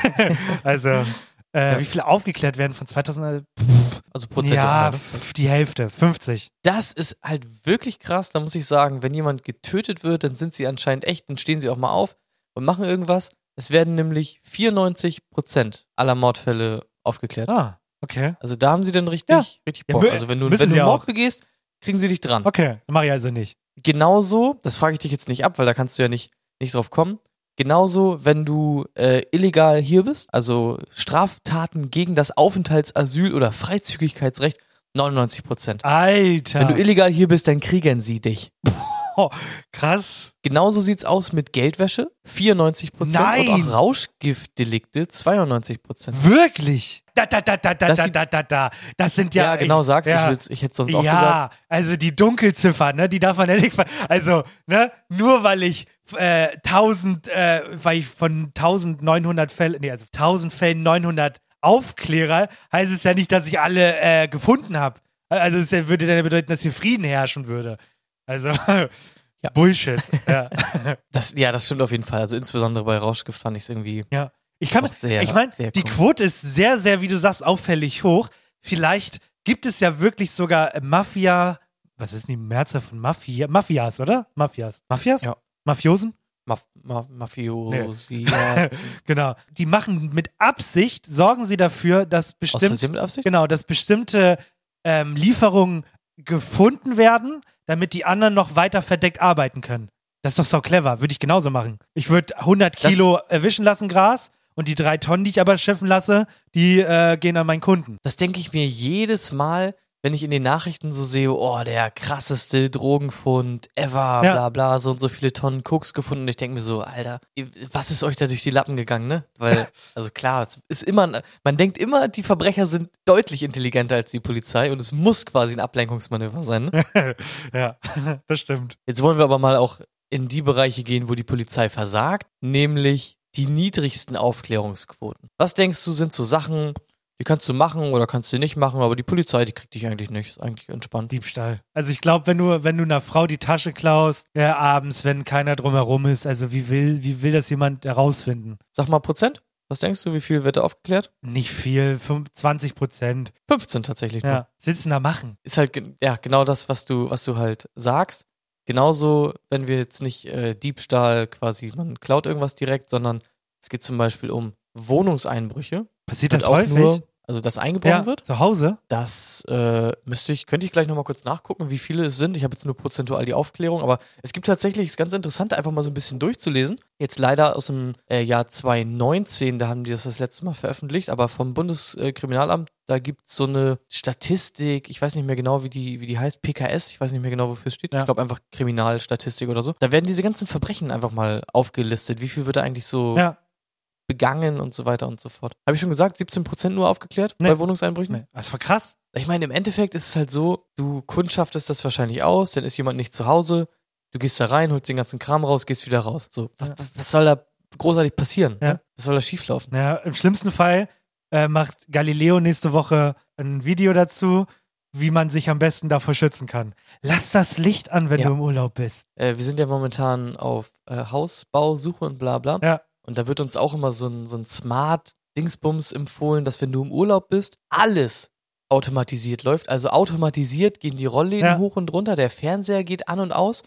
Also, äh, Ja. wie viele aufgeklärt werden von zweitausend? Pff, Also ja, prozentual. ne? pff, die Hälfte, fünfzig. Das ist halt wirklich krass. Da muss ich sagen, wenn jemand getötet wird, dann sind sie anscheinend echt, dann stehen sie auch mal auf und machen irgendwas. Es werden nämlich vierundneunzig Prozent aller Mordfälle aufgeklärt. Ah, okay. Also da haben sie dann richtig, Ja. richtig Ja, Bock. mü- Also wenn du, müssen wenn du sie einen Mord auch. begehst, kriegen sie dich dran. Okay, mache ich also nicht. Genauso, das frage ich dich jetzt nicht ab, weil da kannst du ja nicht, nicht drauf kommen. Genauso, wenn du äh, illegal hier bist, also Straftaten gegen das Aufenthaltsasyl- oder Freizügigkeitsrecht, neunundneunzig Prozent. Alter. Wenn du illegal hier bist, dann kriegen sie dich. oh, krass. Genauso sieht's aus mit Geldwäsche, vierundneunzig Prozent. Nein. Und auch Rauschgiftdelikte, zweiundneunzig Prozent. Wirklich? Da, da, da, da, da, Das da, die- da, da, da. Das sind ja. Ja, genau, ich, sagst du, ja. ich, will's- ich hätte sonst auch ja, gesagt. also die Dunkelziffer, ne, die darf man ja nicht, ver- also, ne, nur weil ich äh, tausend, äh, weil ich von neunzehnhundert Fällen, nee, also tausend Fällen neunhundert Aufklärer, heißt es ja nicht, dass ich alle äh, gefunden habe. Also es würde dann bedeuten, dass hier Frieden herrschen würde. Also, Bullshit. Ja. Das, ja, das stimmt auf jeden Fall. Also insbesondere bei Rauschgift fand ich es irgendwie Ja. Ich kann, auch sehr, ich meine, sehr die komisch. Quote ist sehr, sehr, wie du sagst, auffällig hoch. Vielleicht gibt es ja wirklich sogar äh, Mafia, was ist denn die Mehrzahl von Mafia? Mafias, oder? Mafias. Mafias? Ja. Mafiosen? Maf Ma Mafiosi. Ja, Genau. Die machen mit Absicht, sorgen sie dafür, dass aus bestimmt, Versehen mit Absicht? genau, dass bestimmte ähm, Lieferungen gefunden werden, damit die anderen noch weiter verdeckt arbeiten können. Das ist doch so clever. Würde ich genauso machen. Ich würde hundert Das- Kilo erwischen lassen, Gras, und die drei Tonnen, die ich aber schiffen lasse, die äh, gehen an meinen Kunden. Das denke ich mir jedes Mal, wenn ich in den Nachrichten so sehe, oh, der krasseste Drogenfund ever, Ja. bla bla, so und so viele Tonnen Koks gefunden. Und ich denke mir so, Alter, was ist euch da durch die Lappen gegangen, ne? Weil, also klar, es ist immer, man denkt immer, die Verbrecher sind deutlich intelligenter als die Polizei und es muss quasi ein Ablenkungsmanöver sein, ne? Ja, das stimmt. Jetzt wollen wir aber mal auch in die Bereiche gehen, wo die Polizei versagt, nämlich die niedrigsten Aufklärungsquoten. Was denkst du, sind so Sachen, die kannst du machen oder kannst du nicht machen, aber die Polizei, die kriegt dich eigentlich nicht. Ist eigentlich entspannt. Diebstahl. Also ich glaube, wenn du, wenn du einer Frau die Tasche klaust, ja, abends, wenn keiner drumherum ist, also wie will, wie will das jemand herausfinden? Sag mal Prozent. Was denkst du, wie viel wird da aufgeklärt? Nicht viel, fünf- zwanzig Prozent. fünfzehn tatsächlich nur. Ja. Was willst du denn da machen? Ist halt ge- ja genau das, was du, was du halt sagst. Genauso, wenn wir jetzt nicht äh, Diebstahl quasi, man klaut irgendwas direkt, sondern es geht zum Beispiel um Wohnungseinbrüche. Passiert Wird das auch häufig? nur, also das eingebrochen Ja, wird. zu Hause? Das äh, müsste ich, könnte ich gleich nochmal kurz nachgucken, wie viele es sind. Ich habe jetzt nur prozentual die Aufklärung, aber es gibt tatsächlich, ist ganz interessant, einfach mal so ein bisschen durchzulesen. Jetzt leider aus dem äh, Jahr zwanzig neunzehn, da haben die das das letzte Mal veröffentlicht, aber vom Bundeskriminalamt, da gibt es so eine Statistik, ich weiß nicht mehr genau, wie die, wie die heißt, P K S, ich weiß nicht mehr genau, wofür es steht. Ja. Ich glaube einfach Kriminalstatistik oder so. Da werden diese ganzen Verbrechen einfach mal aufgelistet. Wie viel wird da eigentlich so Ja. begangen und so weiter und so fort. Habe ich schon gesagt, siebzehn Prozent nur aufgeklärt Nee. bei Wohnungseinbrüchen? Nee. Das war krass. Ich meine, im Endeffekt ist es halt so, du kundschaftest das wahrscheinlich aus, dann ist jemand nicht zu Hause, du gehst da rein, holst den ganzen Kram raus, gehst wieder raus. So, was, Ja. was- was soll da großartig passieren? Ja. Ne? Was soll da schieflaufen? Ja, im schlimmsten Fall äh, macht Galileo nächste Woche ein Video dazu, wie man sich am besten davor schützen kann. Lass das Licht an, wenn Ja. du im Urlaub bist. Äh, wir sind ja momentan auf äh, Hausbausuche und bla bla. Ja. Und da wird uns auch immer so ein, so ein Smart-Dingsbums empfohlen, dass wenn du im Urlaub bist, alles automatisiert läuft. Also automatisiert gehen die Rollläden Ja. hoch und runter, der Fernseher geht an und aus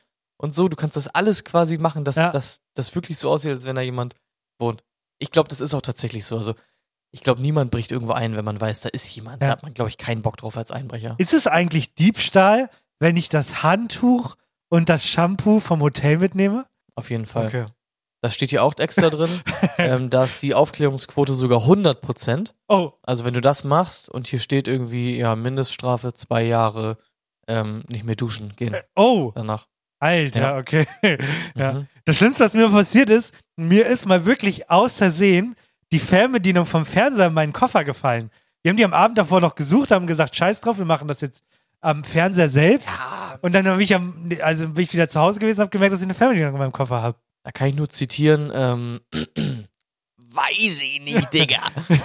und so. Du kannst das alles quasi machen, dass Ja. das das wirklich so aussieht, als wenn da jemand wohnt. Ich glaube, das ist auch tatsächlich so. Also ich glaube, niemand bricht irgendwo ein, wenn man weiß, da ist jemand. Ja. Da hat man, glaube ich, keinen Bock drauf als Einbrecher. Ist es eigentlich Diebstahl, wenn ich das Handtuch und das Shampoo vom Hotel mitnehme? Auf jeden Fall. Okay. Das steht hier auch extra drin. ähm, da ist die Aufklärungsquote sogar hundert Prozent. Oh, Also wenn du das machst und hier steht irgendwie, ja, Mindeststrafe zwei Jahre, ähm, nicht mehr duschen gehen oh, danach. Alter, Ja. okay. ja. Mhm. Das Schlimmste, was mir passiert ist, mir ist mal wirklich aus Versehen die Fernbedienung vom Fernseher in meinen Koffer gefallen. Wir haben die am Abend davor noch gesucht, haben gesagt, scheiß drauf, wir machen das jetzt am Fernseher selbst. Und dann habe ich am, also bin ich wieder zu Hause gewesen, habe gemerkt, dass ich eine Fernbedienung in meinem Koffer habe. Da kann ich nur zitieren, ähm, weiß ich nicht, Digga.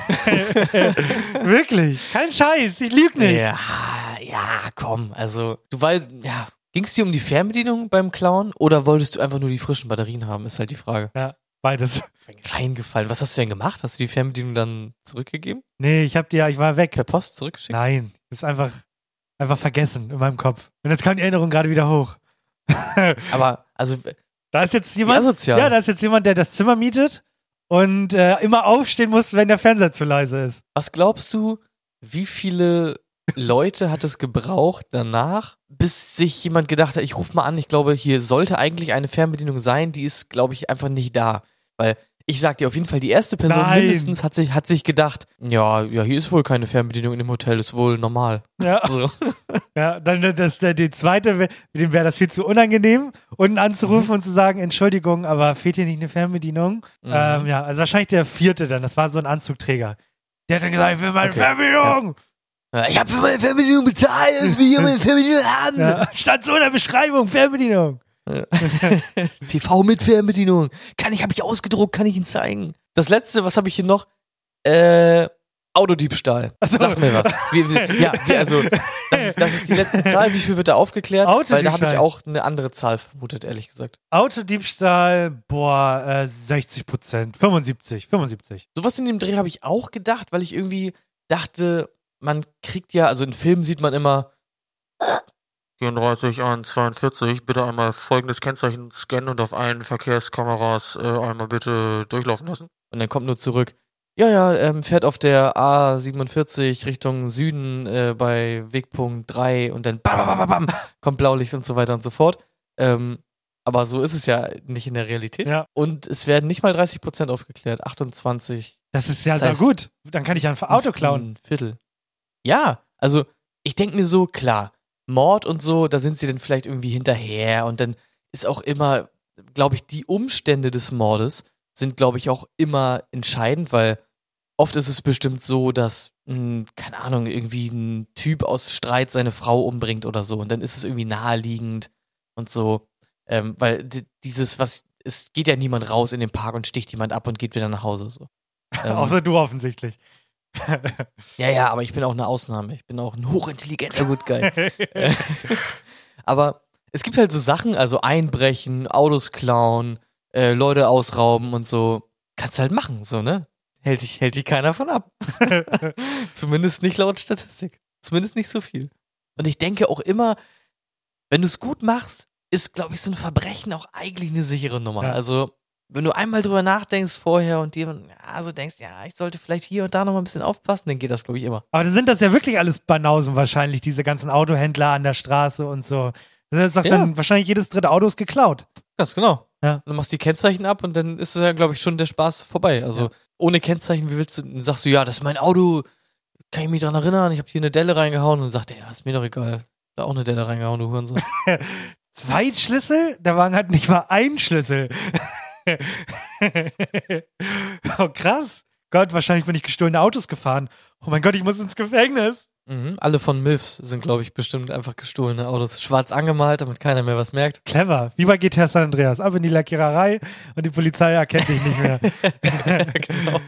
Wirklich, kein Scheiß, ich lüge nicht. Ja, ja, komm, also, du weißt, ja, ging es dir um die Fernbedienung beim Klauen oder wolltest du einfach nur die frischen Batterien haben, ist halt die Frage. Ja, beides. Reingefallen. Was hast du denn gemacht? Hast du die Fernbedienung dann zurückgegeben? Nee, ich hab die ja, ich war weg. Per Post zurückgeschickt? Nein, ist einfach, einfach vergessen in meinem Kopf. Und jetzt kam die Erinnerung gerade wieder hoch. Aber, also, Da ist jetzt jemand, Wie asozial. ja, da ist jetzt jemand, der das Zimmer mietet und äh, immer aufstehen muss, wenn der Fernseher zu leise ist. was glaubst du, wie viele Leute hat es gebraucht danach, bis sich jemand gedacht hat, ich rufe mal an, ich glaube, hier sollte eigentlich eine Fernbedienung sein, die ist, glaube ich, einfach nicht da. Weil ich sag dir auf jeden Fall, die erste Person Nein. mindestens hat sich, hat sich gedacht, ja, ja, hier ist wohl keine Fernbedienung in dem Hotel, ist wohl normal. Ja, So. ja dann das, der, die zweite, wär- dem wäre das viel zu unangenehm, unten anzurufen und zu sagen, Entschuldigung, aber fehlt hier nicht eine Fernbedienung? Mhm. Ähm, ja, also wahrscheinlich der vierte dann, das war so ein Anzugträger. Der hat dann gesagt, ich will meine Okay, Fernbedienung. Ja, ich habe für meine Fernbedienung bezahlt, ich will hier meine Fernbedienung haben. Ja, stand so in der Beschreibung, Fernbedienung. T V mit Fernbedienung. Kann ich, habe ich ausgedruckt, kann ich Ihnen zeigen. Das letzte, was habe ich hier noch? Äh, Autodiebstahl. so. Sag mir was. Wie, wie, ja, wie, also, das ist, das ist die letzte Zahl. Wie viel wird da aufgeklärt? Weil da habe ich Autodiebstahl. auch eine andere Zahl vermutet, ehrlich gesagt. Autodiebstahl, boah, äh, sechzig Prozent, fünfundsiebzig, fünfundsiebzig. Sowas in dem Dreh habe ich auch gedacht, weil ich irgendwie dachte, man kriegt ja, also in Filmen sieht man immer vierunddreißig zweiundvierzig, bitte einmal folgendes Kennzeichen scannen und auf allen Verkehrskameras äh, einmal bitte durchlaufen lassen. Und dann kommt nur zurück, ja, ja, ähm, fährt auf der A siebenundvierzig Richtung Süden äh, bei Wegpunkt drei und dann bam, bam, bam, bam, kommt Blaulicht und so weiter und so fort. Ähm, aber so ist es ja nicht in der Realität. Ja. Und es werden nicht mal dreißig Prozent aufgeklärt, achtundzwanzig. Das ist ja Das sehr heißt- gut. Dann kann ich ein Auto klauen. Ein Viertel. Ja, also ich denke mir so, klar, Mord und so, da sind sie dann vielleicht irgendwie hinterher und dann ist auch immer, glaube ich, die Umstände des Mordes sind, glaube ich, auch immer entscheidend, weil oft ist es bestimmt so, dass, mh, keine Ahnung, irgendwie ein Typ aus Streit seine Frau umbringt oder so und dann ist es irgendwie naheliegend und so, ähm, weil d- dieses, was, es geht ja niemand raus in den Park und sticht jemand ab und geht wieder nach Hause, so. Ähm, Außer du offensichtlich. ja, ja, aber ich bin auch eine Ausnahme. Ich bin auch ein hochintelligenter Good Guy. Äh, aber es gibt halt so Sachen, also einbrechen, Autos klauen, äh, Leute ausrauben und so. Kannst du halt machen, so, ne? Hält dich, hält dich keiner von ab. Zumindest nicht laut Statistik. Zumindest nicht so viel. Und ich denke auch immer, wenn du es gut machst, ist, glaube ich, so ein Verbrechen auch eigentlich eine sichere Nummer. Ja. Also, wenn du einmal drüber nachdenkst vorher und dir ja, so denkst, ja, ich sollte vielleicht hier und da noch mal ein bisschen aufpassen, dann geht das, glaube ich, immer. Aber dann sind das ja wirklich alles Banausen wahrscheinlich, diese ganzen Autohändler an der Straße und so. Das ist doch Ja. dann wahrscheinlich jedes dritte Auto ist geklaut. Ganz genau. Ja. Dann machst du die Kennzeichen ab und dann ist ja, glaube ich, schon der Spaß vorbei. Also Ja. ohne Kennzeichen, wie willst du, dann sagst du, ja, das ist mein Auto, kann ich mich dran erinnern, ich habe hier eine Delle reingehauen und dann sagt er, ja, ist mir doch egal. Da auch eine Delle reingehauen, du Hurensohn. Zwei Schlüssel? Der Wagen hat nicht mal einen Schlüssel. Oh, krass. Gott, wahrscheinlich bin ich gestohlene Autos gefahren. Oh mein Gott, ich muss ins Gefängnis. Mhm. Alle von Milfs sind, glaube ich, bestimmt einfach gestohlene Autos. Schwarz angemalt, damit keiner mehr was merkt. Clever. Wie bei G T A San Andreas. Ab in die Lackiererei und die Polizei erkennt dich nicht mehr. Genau.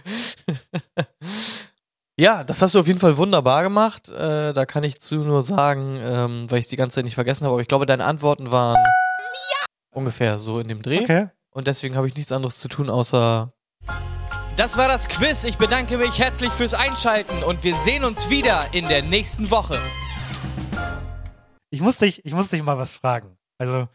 Ja, das hast du auf jeden Fall wunderbar gemacht. Äh, da kann ich zu nur sagen, ähm, weil ich es die ganze Zeit nicht vergessen habe, aber ich glaube, deine Antworten waren ungefähr so in dem Dreh. Okay. Und deswegen habe ich nichts anderes zu tun, außer Das war das Quiz. Ich bedanke mich herzlich fürs Einschalten und wir sehen uns wieder in der nächsten Woche. Ich muss dich, ich muss dich mal was fragen. Also,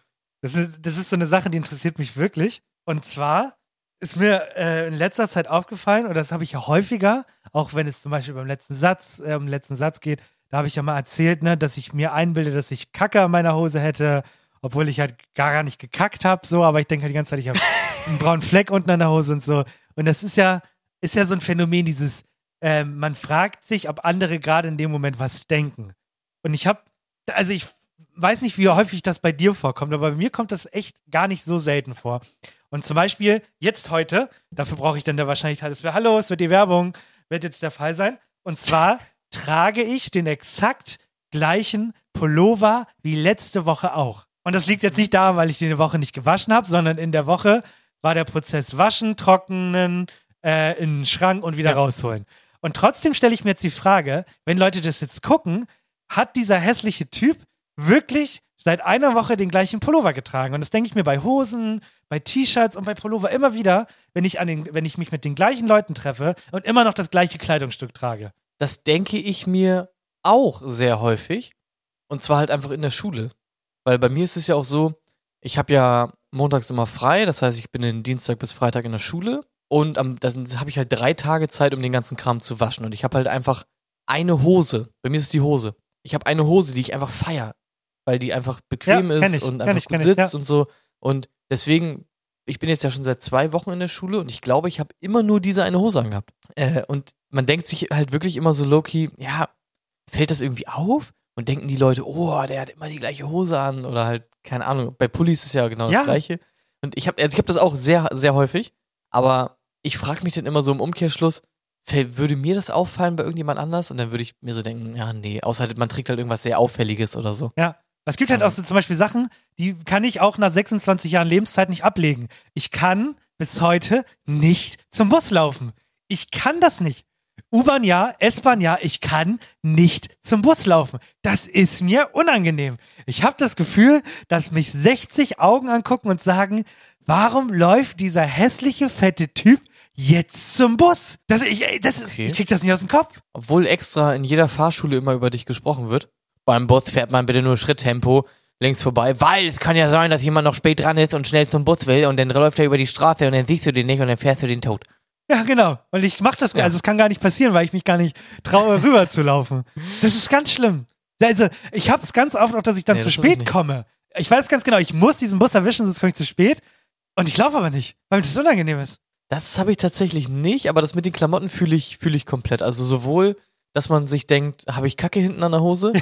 Das ist, das ist so eine Sache, die interessiert mich wirklich. Und zwar ist mir äh, in letzter Zeit aufgefallen, und das habe ich ja häufiger, auch wenn es zum Beispiel beim letzten Satz, äh, um den letzten Satz geht, da habe ich ja mal erzählt, ne, dass ich mir einbilde, dass ich Kacke an meiner Hose hätte, obwohl ich halt gar, gar nicht gekackt habe, so, aber ich denke halt die ganze Zeit, ich habe einen braunen Fleck unten an der Hose und so. Und das ist ja, ist ja so ein Phänomen, dieses, äh, man fragt sich, ob andere gerade in dem Moment was denken. Und ich habe, also ich weiß nicht, wie häufig das bei dir vorkommt, aber bei mir kommt das echt gar nicht so selten vor. Und zum Beispiel jetzt heute, dafür brauche ich dann da wahrscheinlich halt, es wäre, hallo, es wird die Werbung, wird jetzt der Fall sein. Und zwar trage ich den exakt gleichen Pullover wie letzte Woche auch. Und das liegt jetzt nicht daran, weil ich die eine Woche nicht gewaschen habe, sondern in der Woche war der Prozess waschen, trocknen, äh, in den Schrank und wieder Ja. rausholen. Und trotzdem stelle ich mir jetzt die Frage, wenn Leute das jetzt gucken, hat dieser hässliche Typ wirklich seit einer Woche den gleichen Pullover getragen? Und das denke ich mir bei Hosen, bei T-Shirts und bei Pullover immer wieder, wenn ich, an den, wenn ich mich mit den gleichen Leuten treffe und immer noch das gleiche Kleidungsstück trage. Das denke ich mir auch sehr häufig. Und zwar halt einfach in der Schule. Weil bei mir ist es ja auch so, ich habe ja montags immer frei, das heißt, ich bin den Dienstag bis Freitag in der Schule. Und am, da habe ich halt drei Tage Zeit, um den ganzen Kram zu waschen. Und ich habe halt einfach eine Hose. Bei mir ist es die Hose. Ich habe eine Hose, die ich einfach feiere. Weil die einfach bequem Ja, kenn ist ich, und kenn einfach ich, gut kenn ich, sitzt ja. und so. Und deswegen, ich bin jetzt ja schon seit zwei Wochen in der Schule und ich glaube, ich habe immer nur diese eine Hose angehabt. Äh, und man denkt sich halt wirklich immer so low-key, ja, fällt das irgendwie auf? Und denken die Leute, oh, der hat immer die gleiche Hose an oder halt, keine Ahnung, bei Pullis ist es ja genau das Ja. Gleiche. Und ich habe also ich hab das auch sehr, sehr häufig, aber ich frage mich dann immer so im Umkehrschluss, fäll- würde mir das auffallen bei irgendjemand anders? Und dann würde ich mir so denken, ja, nee, außer halt, man trägt halt irgendwas sehr Auffälliges oder so. Ja. Es gibt halt auch so zum Beispiel Sachen, die kann ich auch nach sechsundzwanzig Jahren Lebenszeit nicht ablegen. Ich kann bis heute nicht zum Bus laufen. Ich kann das nicht. U-Bahn ja, S-Bahn ja, ich kann nicht zum Bus laufen. Das ist mir unangenehm. Ich habe das Gefühl, dass mich sechzig Augen angucken und sagen, warum läuft dieser hässliche, fette Typ jetzt zum Bus? Das, ich, ey, das ist, Okay. ich krieg das nicht aus dem Kopf. Obwohl extra in jeder Fahrschule immer über dich gesprochen wird. Beim Bus fährt man bitte nur Schritttempo links vorbei, weil es kann ja sein, dass jemand noch spät dran ist und schnell zum Bus will und dann läuft er über die Straße und dann siehst du den nicht und dann fährst du den tot. Ja, genau. Und ich mach das, Ja. also es kann gar nicht passieren, weil ich mich gar nicht traue, rüber zu laufen. Das ist ganz schlimm. Also, ich hab's ganz oft auch, dass ich dann Nee, zu das hab ich spät nicht. komme. Ich weiß ganz genau, ich muss diesen Bus erwischen, sonst komme ich zu spät. Und ich laufe aber nicht, weil mir das unangenehm ist. Das habe ich tatsächlich nicht, aber das mit den Klamotten fühle ich, fühle ich komplett. Also sowohl, dass man sich denkt, habe ich Kacke hinten an der Hose,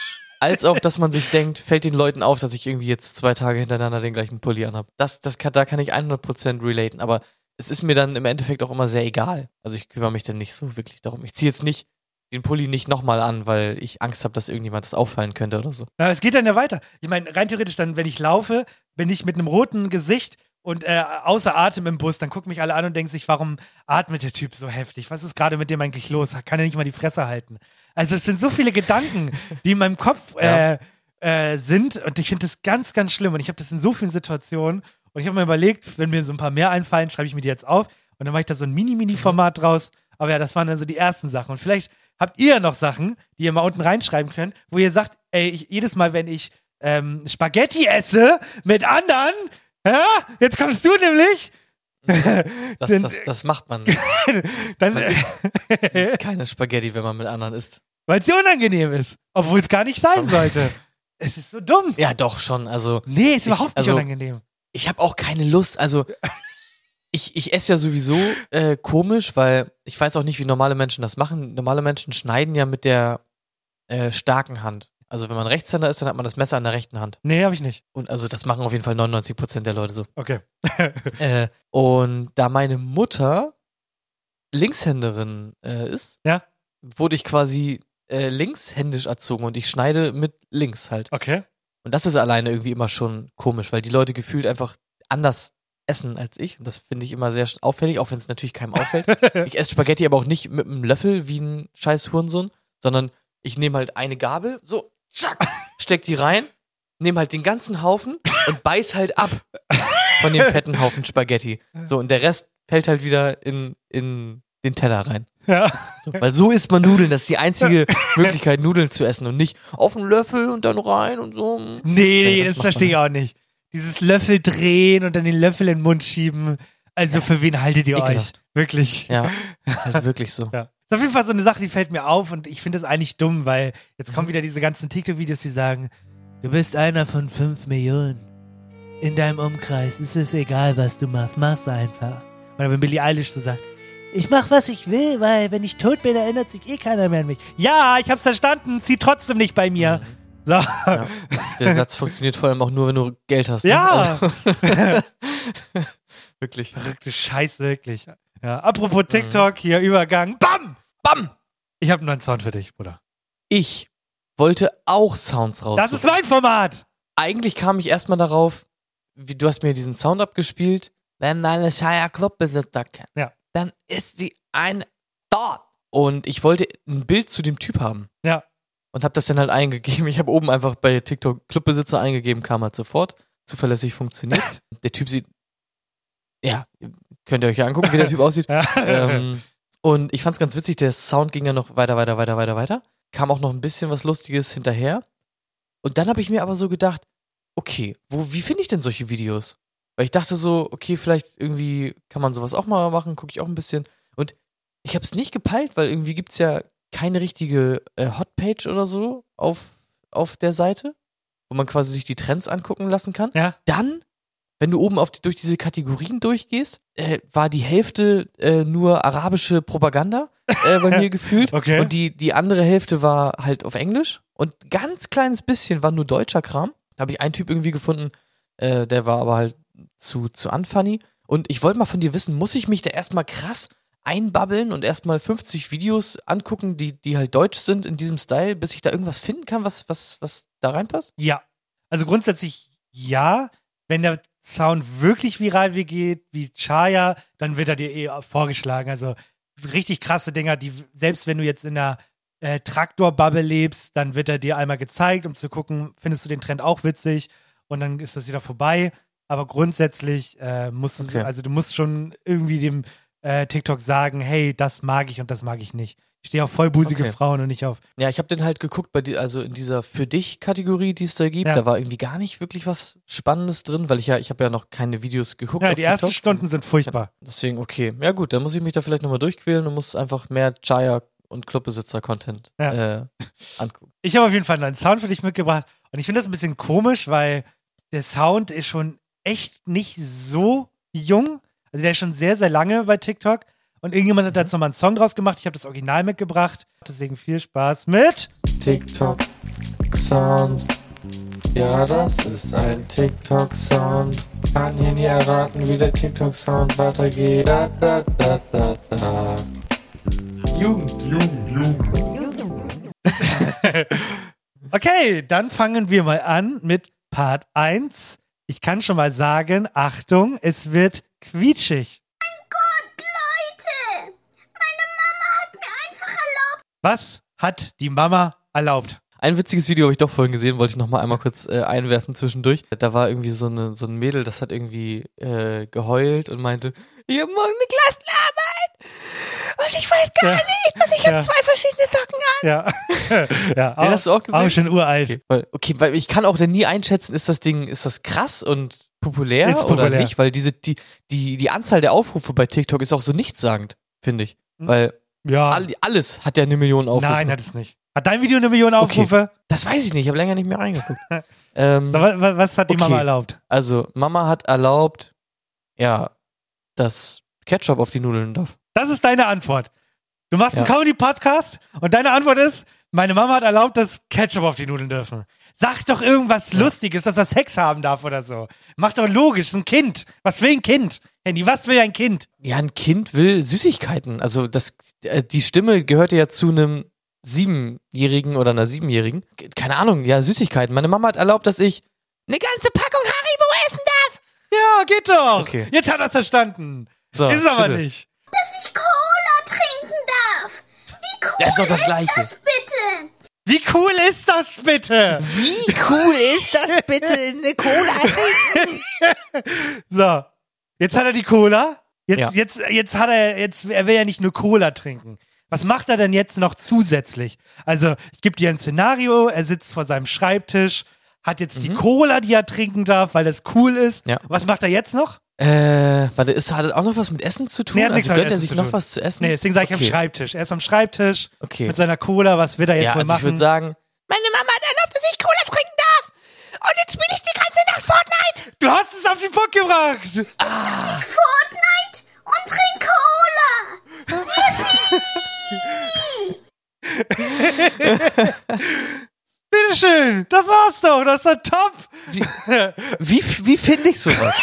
als auch, dass man sich denkt, fällt den Leuten auf, dass ich irgendwie jetzt zwei Tage hintereinander den gleichen Pulli anhab. Das, das kann, da kann ich hundert Prozent relaten, aber es ist mir dann im Endeffekt auch immer sehr egal. Also ich kümmere mich dann nicht so wirklich darum. Ich ziehe jetzt nicht den Pulli nicht nochmal an, weil ich Angst habe, dass irgendjemand das auffallen könnte oder so. Ja, es geht dann ja weiter. Ich meine, rein theoretisch dann, wenn ich laufe, bin ich mit einem roten Gesicht und äh, außer Atem im Bus, dann gucken mich alle an und denken sich, warum atmet der Typ so heftig? Was ist gerade mit dem eigentlich los? Kann er nicht mal die Fresse halten? Also es sind so viele Gedanken, die in meinem Kopf äh, äh, sind und ich finde das ganz, ganz schlimm und ich habe das in so vielen Situationen und ich habe mir überlegt, wenn mir so ein paar mehr einfallen, schreibe ich mir die jetzt auf und dann mache ich da so ein Mini-Mini-Format draus. Aber ja, das waren dann so die ersten Sachen. Und vielleicht habt ihr noch Sachen, die ihr mal unten reinschreiben könnt, wo ihr sagt, ey, ich, jedes Mal, wenn ich ähm, Spaghetti esse mit anderen, ja, jetzt kommst du nämlich, Das, Sind- das, das macht man. dann, Man isst keine Spaghetti, wenn man mit anderen isst. weil es dir unangenehm ist, obwohl es gar nicht sein sollte. Es ist so dumm. Ja, doch schon. Also Nee, ist Ich- überhaupt nicht also- unangenehm. ich habe auch keine Lust. Also ich, ich esse ja sowieso äh, komisch, weil ich weiß auch nicht, wie normale Menschen das machen. Normale Menschen schneiden ja mit der äh, starken Hand. Also wenn man Rechtshänder ist, dann hat man das Messer in der rechten Hand. Nee, habe ich nicht. Und also das machen auf jeden Fall neunundneunzig Prozent der Leute so. Okay. Äh, und da meine Mutter Linkshänderin äh, ist, Ja. wurde ich quasi äh, linkshändisch erzogen und ich schneide mit links halt. Okay. Und das ist alleine irgendwie immer schon komisch, weil die Leute gefühlt einfach anders essen als ich. Und das finde ich immer sehr auffällig, auch wenn es natürlich keinem auffällt. Ich esse Spaghetti aber auch nicht mit einem Löffel wie ein scheiß Hurensohn, sondern ich nehme halt eine Gabel, so, zack, steck die rein, nehme halt den ganzen Haufen und beiß halt ab von dem fetten Haufen Spaghetti. So, und der Rest fällt halt wieder in, in den Teller rein. Ja. So, weil so isst man Nudeln. Das ist die einzige Möglichkeit, Nudeln zu essen und nicht auf einen Löffel und dann rein und so. Nee, nee, Nee, das, das macht verstehe ich man auch nicht. dieses Löffel drehen und dann den Löffel in den Mund schieben. Also für wen haltet ihr Ekelhaft. euch? Wirklich. Ja, ist halt wirklich so. Ja. Ist auf jeden Fall so eine Sache, die fällt mir auf und ich finde das eigentlich dumm, weil jetzt kommen wieder diese ganzen TikTok-Videos, die sagen, du bist einer von fünf Millionen. In deinem Umkreis ist es egal, was du machst, mach's einfach. Oder wenn Billie Eilish so sagt, ich mach, was ich will, weil wenn ich tot bin, erinnert sich eh keiner mehr an mich. Ja, ich hab's verstanden, zieh trotzdem nicht bei mir. So. Ja. Der Satz funktioniert vor allem auch nur, wenn du Geld hast. Ne? Ja. Also, wirklich. Verrückte Scheiße, wirklich. Ja, apropos TikTok, hier Übergang. Bam! Bam! Ich habe noch einen Sound für dich, Bruder. Ich wollte auch Sounds raus. Das ist mein Format! Eigentlich kam ich erstmal darauf, wie, du hast mir diesen Sound abgespielt, wenn meine Shire Clubbesitzer kennt, Ja. dann ist sie ein dort. Und ich wollte ein Bild zu dem Typ haben. Ja. Und habe das dann halt eingegeben. Ich habe oben einfach bei TikTok Clubbesitzer eingegeben, kam halt sofort. Zuverlässig funktioniert. Der Typ sieht, ja, könnt ihr euch ja angucken, wie der Typ aussieht. ähm, und ich fand's ganz witzig, der Sound ging ja noch weiter, weiter, weiter, weiter, weiter. Kam auch noch ein bisschen was Lustiges hinterher. Und dann habe ich mir aber so gedacht, okay, wo, wie finde ich denn solche Videos? Weil ich dachte so, okay, vielleicht irgendwie kann man sowas auch mal machen, gucke ich auch ein bisschen. Und ich habe es nicht gepeilt, weil irgendwie gibt's ja keine richtige äh, Hotpage oder so auf, auf der Seite, wo man quasi sich die Trends angucken lassen kann. Ja. Dann, wenn du oben auf die, durch diese Kategorien durchgehst, äh, war die Hälfte äh, nur arabische Propaganda äh, bei mir gefühlt. Okay. Und die, die andere Hälfte war halt auf Englisch. Und ganz kleines bisschen war nur deutscher Kram. Da habe ich einen Typ irgendwie gefunden, äh, der war aber halt zu, zu unfunny. Und ich wollte mal von dir wissen, muss ich mich da erstmal krass einbabbeln und erstmal fünfzig Videos angucken, die, die halt deutsch sind in diesem Style, bis ich da irgendwas finden kann, was, was, was da reinpasst? Ja. Also grundsätzlich ja. Wenn der Sound wirklich viral geht, wie Chaya, dann wird er dir eh vorgeschlagen. Also richtig krasse Dinger, die selbst wenn du jetzt in einer äh, Traktor-Bubble lebst, dann wird er dir einmal gezeigt, um zu gucken, findest du den Trend auch witzig und dann ist das wieder vorbei. Aber grundsätzlich äh, musst du, Okay. also du musst schon irgendwie dem äh, TikTok sagen, hey, das mag ich und das mag ich nicht. Ich stehe auf vollbusige Okay. Frauen und nicht auf. Ja, ich habe den halt geguckt, bei dir, also in dieser Für dich-Kategorie, die es da gibt, Ja. da war irgendwie gar nicht wirklich was Spannendes drin, weil ich ja, ich habe ja noch keine Videos geguckt. Ja, auf die ersten TikTok. Stunden sind furchtbar. Deswegen, okay. Ja gut, dann muss ich mich da vielleicht nochmal durchquälen und muss einfach mehr Chaya und Clubbesitzer-Content Ja. äh, angucken. Ich habe auf jeden Fall einen Sound für dich mitgebracht und ich finde das ein bisschen komisch, weil der Sound ist schon echt nicht so jung. Also der ist schon sehr, sehr lange bei TikTok und irgendjemand hat da jetzt nochmal einen Song draus gemacht. Ich habe das Original mitgebracht. Deswegen viel Spaß mit TikTok Sounds. Ja, das ist ein TikTok-Sound. Kann hier nie erraten, wie der TikTok-Sound weitergeht. Da, da, da, da, da. Jugend. Okay, dann fangen wir mal an mit Part eins. Ich kann schon mal sagen, Achtung, es wird quietschig. Leute, meine Mama hat mir einfach erlaubt. Was hat die Mama erlaubt? Ein witziges Video habe ich doch vorhin gesehen, wollte ich noch mal einmal kurz äh, einwerfen zwischendurch. Da war irgendwie so, eine, so ein Mädel, das hat irgendwie äh, geheult und meinte, ich habe morgen eine Klassenarbeit und ich weiß gar Ja. nicht und ich habe Ja. zwei verschiedene Socken an. Ja, ja, Den hast du auch gesehen? Auch schon uralt. Okay, weil, okay, weil ich kann auch denn nie einschätzen, ist das Ding, ist das krass und populär, Ist oder populär. nicht? Weil diese, die, die, die Anzahl der Aufrufe bei TikTok ist auch so nichtssagend, finde ich. Weil Ja. all, alles hat ja eine Million Aufrufe. Nein, hat es nicht. Hat dein Video eine Million Aufrufe? Das weiß ich nicht, ich habe länger nicht mehr reingeguckt. ähm, Na, wa- wa- Was hat die Okay. Mama erlaubt? also, Mama hat erlaubt, ja, dass Ketchup auf die Nudeln darf. Das ist deine Antwort. Du machst einen Ja. Comedy-Podcast und deine Antwort ist, meine Mama hat erlaubt, dass Ketchup auf die Nudeln dürfen. Sag doch irgendwas Lustiges, dass er Sex haben darf oder so. Mach doch logisch, ist ein Kind. Was will ein Kind? Handy, was will ein Kind? Ja, ein Kind will Süßigkeiten. Also, das, äh, die Stimme gehört ja zu einem Siebenjährigen oder einer Siebenjährigen. Keine Ahnung, ja, Süßigkeiten. Meine Mama hat erlaubt, dass ich eine ganze Packung Haribo essen darf. Ja, geht doch. Okay. Jetzt hat er es verstanden. So, ist es aber bitte. nicht. Dass ich Cola trinken darf. Wie cool Das ist doch das Gleiche. das bitte? Wie cool ist das bitte? Wie cool ist das bitte, eine Cola? So, jetzt hat er die Cola. Jetzt, Ja. jetzt, jetzt hat er, jetzt, er will ja nicht nur Cola trinken. Was macht er denn jetzt noch zusätzlich? Also, ich gebe dir ein Szenario, er sitzt vor seinem Schreibtisch, hat jetzt die Mhm. Cola, die er trinken darf, weil das cool ist. Ja. Was macht er jetzt noch? Äh, warte, ist, hat das auch noch was mit Essen zu tun? Nee, hat nichts also mit gönnt er Essen sich zu noch tun. was zu essen? Nee, deswegen sage ich okay. am Schreibtisch. Er ist am Schreibtisch Okay. mit seiner Cola. Was wird er jetzt Ja, wohl also machen? ich würde sagen, meine Mama hat erlaubt, dass ich Cola trinken darf. Und jetzt spiele ich die ganze Nacht Fortnite. du hast es auf den Punkt gebracht. Fortnite und trink Cola. Bitteschön. Das war's doch. Das war top. Wie, wie finde ich sowas?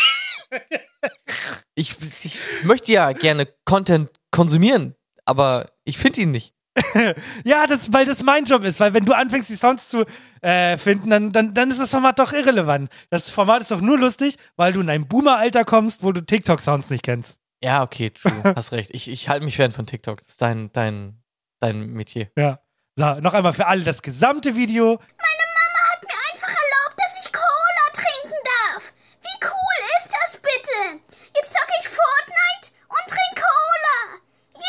ich, ich möchte ja gerne Content konsumieren, aber ich finde ihn nicht. Ja, das, weil das mein Job ist. Weil wenn du anfängst, die Sounds zu äh, finden, dann, dann, dann ist das Format doch irrelevant. Das Format ist doch nur lustig, weil du in ein Boomer-Alter kommst, wo du TikTok-Sounds nicht kennst. Ja, okay, true. Hast recht. Ich, ich halte mich fern von TikTok. Das ist dein, dein, dein Metier. Ja. So, noch einmal für alle das gesamte Video. Hat mir einfach erlaubt, dass ich Cola trinken darf. Wie cool ist das bitte? Jetzt zocke ich Fortnite und trink Cola.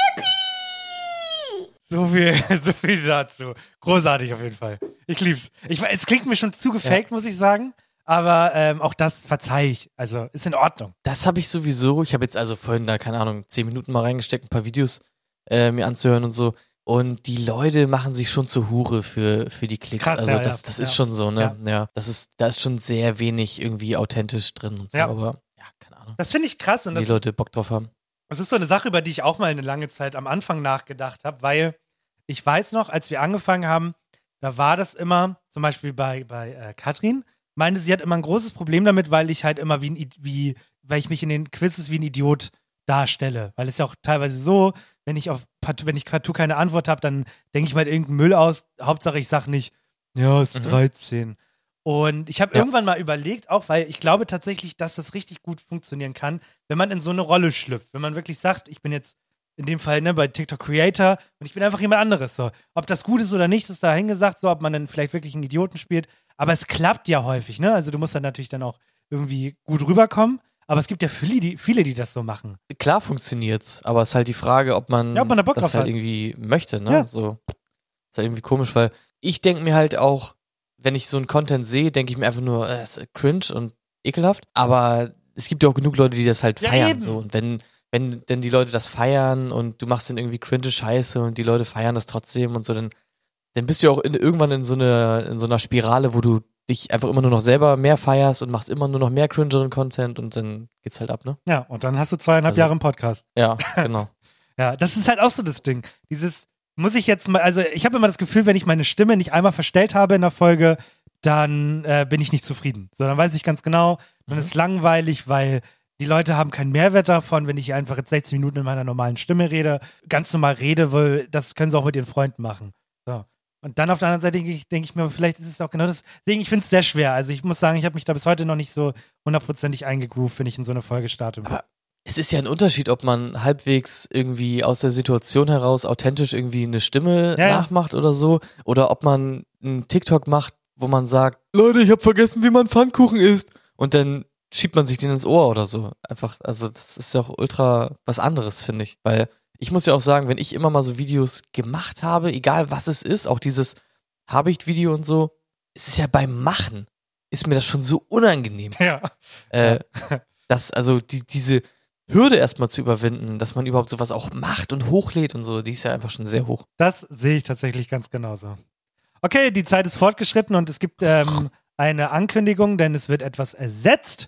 Yippie! So viel, so viel dazu. Großartig auf jeden Fall. Ich lieb's. Ich, es klingt mir schon zu gefaked, muss ich sagen. Aber ähm, auch das verzeih ich. Also ist in Ordnung. Das habe ich sowieso. Ich habe jetzt also vorhin da, keine Ahnung, zehn Minuten mal reingesteckt, ein paar Videos äh, mir anzuhören und so. Und die Leute machen sich schon zur Hure für, für die Klicks. Krass, also ja, das, ja, das ja. ist schon so, ne? Ja. Ja. Das ist, da ist schon sehr wenig irgendwie authentisch drin und so. Ja. Aber ja, keine Ahnung. Das finde ich krass. Und Wie das, die Leute Bock drauf haben. das ist so eine Sache, über die ich auch mal eine lange Zeit am Anfang nachgedacht habe, weil ich weiß noch, als wir angefangen haben, da war das immer, zum Beispiel bei, bei äh, Katrin, meinte, sie hat immer ein großes Problem damit, weil ich halt immer wie, ein, I- wie, weil ich mich in den Quizzes wie ein Idiot darstelle. Weil es ja auch teilweise so, wenn ich auf partout, wenn ich partout keine Antwort habe, dann denke ich mal irgendeinen Müll aus. Hauptsache ich sage nicht, ja, es ist Mhm. dreizehn. Und ich habe Ja. irgendwann mal überlegt, auch weil ich glaube tatsächlich, dass das richtig gut funktionieren kann, wenn man in so eine Rolle schlüpft. Wenn man wirklich sagt, ich bin jetzt in dem Fall ne, bei TikTok Creator und ich bin einfach jemand anderes. So. Ob das gut ist oder nicht, ist dahin gesagt, so, ob man dann vielleicht wirklich einen Idioten spielt. Aber es klappt ja häufig, ne? Also du musst dann natürlich dann auch irgendwie gut rüberkommen. Aber es gibt ja viele, die, viele, die das so machen. Klar funktioniert's, aber es ist halt die Frage, ob man, Ja, ob man da Bock das drauf halt hat. irgendwie möchte, ne? Ja. So. Ist halt irgendwie komisch, weil ich denke mir halt auch, wenn ich so einen Content sehe, denke ich mir einfach nur, äh, ist cringe und ekelhaft. Aber es gibt ja auch genug Leute, die das halt Ja, feiern. eben. So. Und wenn, wenn denn die Leute das feiern und du machst dann irgendwie cringe Scheiße und die Leute feiern das trotzdem und so, dann, dann bist du ja auch in, irgendwann in so, eine, in so einer Spirale, wo du dich einfach immer nur noch selber mehr feierst und machst immer nur noch mehr cringeren Content und dann geht's halt ab, ne? Ja, und dann hast du zweieinhalb Also- Jahre im Podcast. Ja, genau. Ja, das ist halt auch so das Ding. Dieses, muss ich jetzt mal, also ich habe immer das Gefühl, wenn ich meine Stimme nicht einmal verstellt habe in der Folge, dann äh, bin ich nicht zufrieden. So, dann weiß ich ganz genau, dann Mhm. ist es langweilig, weil die Leute haben keinen Mehrwert davon, wenn ich einfach jetzt sechzehn Minuten in meiner normalen Stimme rede, ganz normal rede, weil das können sie auch mit ihren Freunden machen. So. Und dann auf der anderen Seite denke ich, denke ich mir, vielleicht ist es auch genau das. Deswegen, ich finde es sehr schwer. Also ich muss sagen, ich habe mich da bis heute noch nicht so hundertprozentig eingegroovt, wenn ich in so eine Folge starte. Aber es ist ja ein Unterschied, ob man halbwegs irgendwie aus der Situation heraus authentisch irgendwie eine Stimme Ja, ja. nachmacht oder so, oder ob man einen TikTok macht, wo man sagt, Leute, ich habe vergessen, wie man Pfannkuchen isst, und dann schiebt man sich den ins Ohr oder so. Einfach, also das ist ja auch ultra was anderes, finde ich, weil ich muss ja auch sagen, wenn ich immer mal so Videos gemacht habe, egal was es ist, auch dieses Habicht-Video und so, es ist ja beim Machen, ist mir das schon so unangenehm. Ja. Äh, das, also die, diese Hürde erstmal zu überwinden, dass man überhaupt sowas auch macht und hochlädt und so, die ist ja einfach schon sehr hoch. Das sehe ich tatsächlich ganz genauso. Okay, die Zeit ist fortgeschritten und es gibt ähm, eine Ankündigung, denn es wird etwas ersetzt.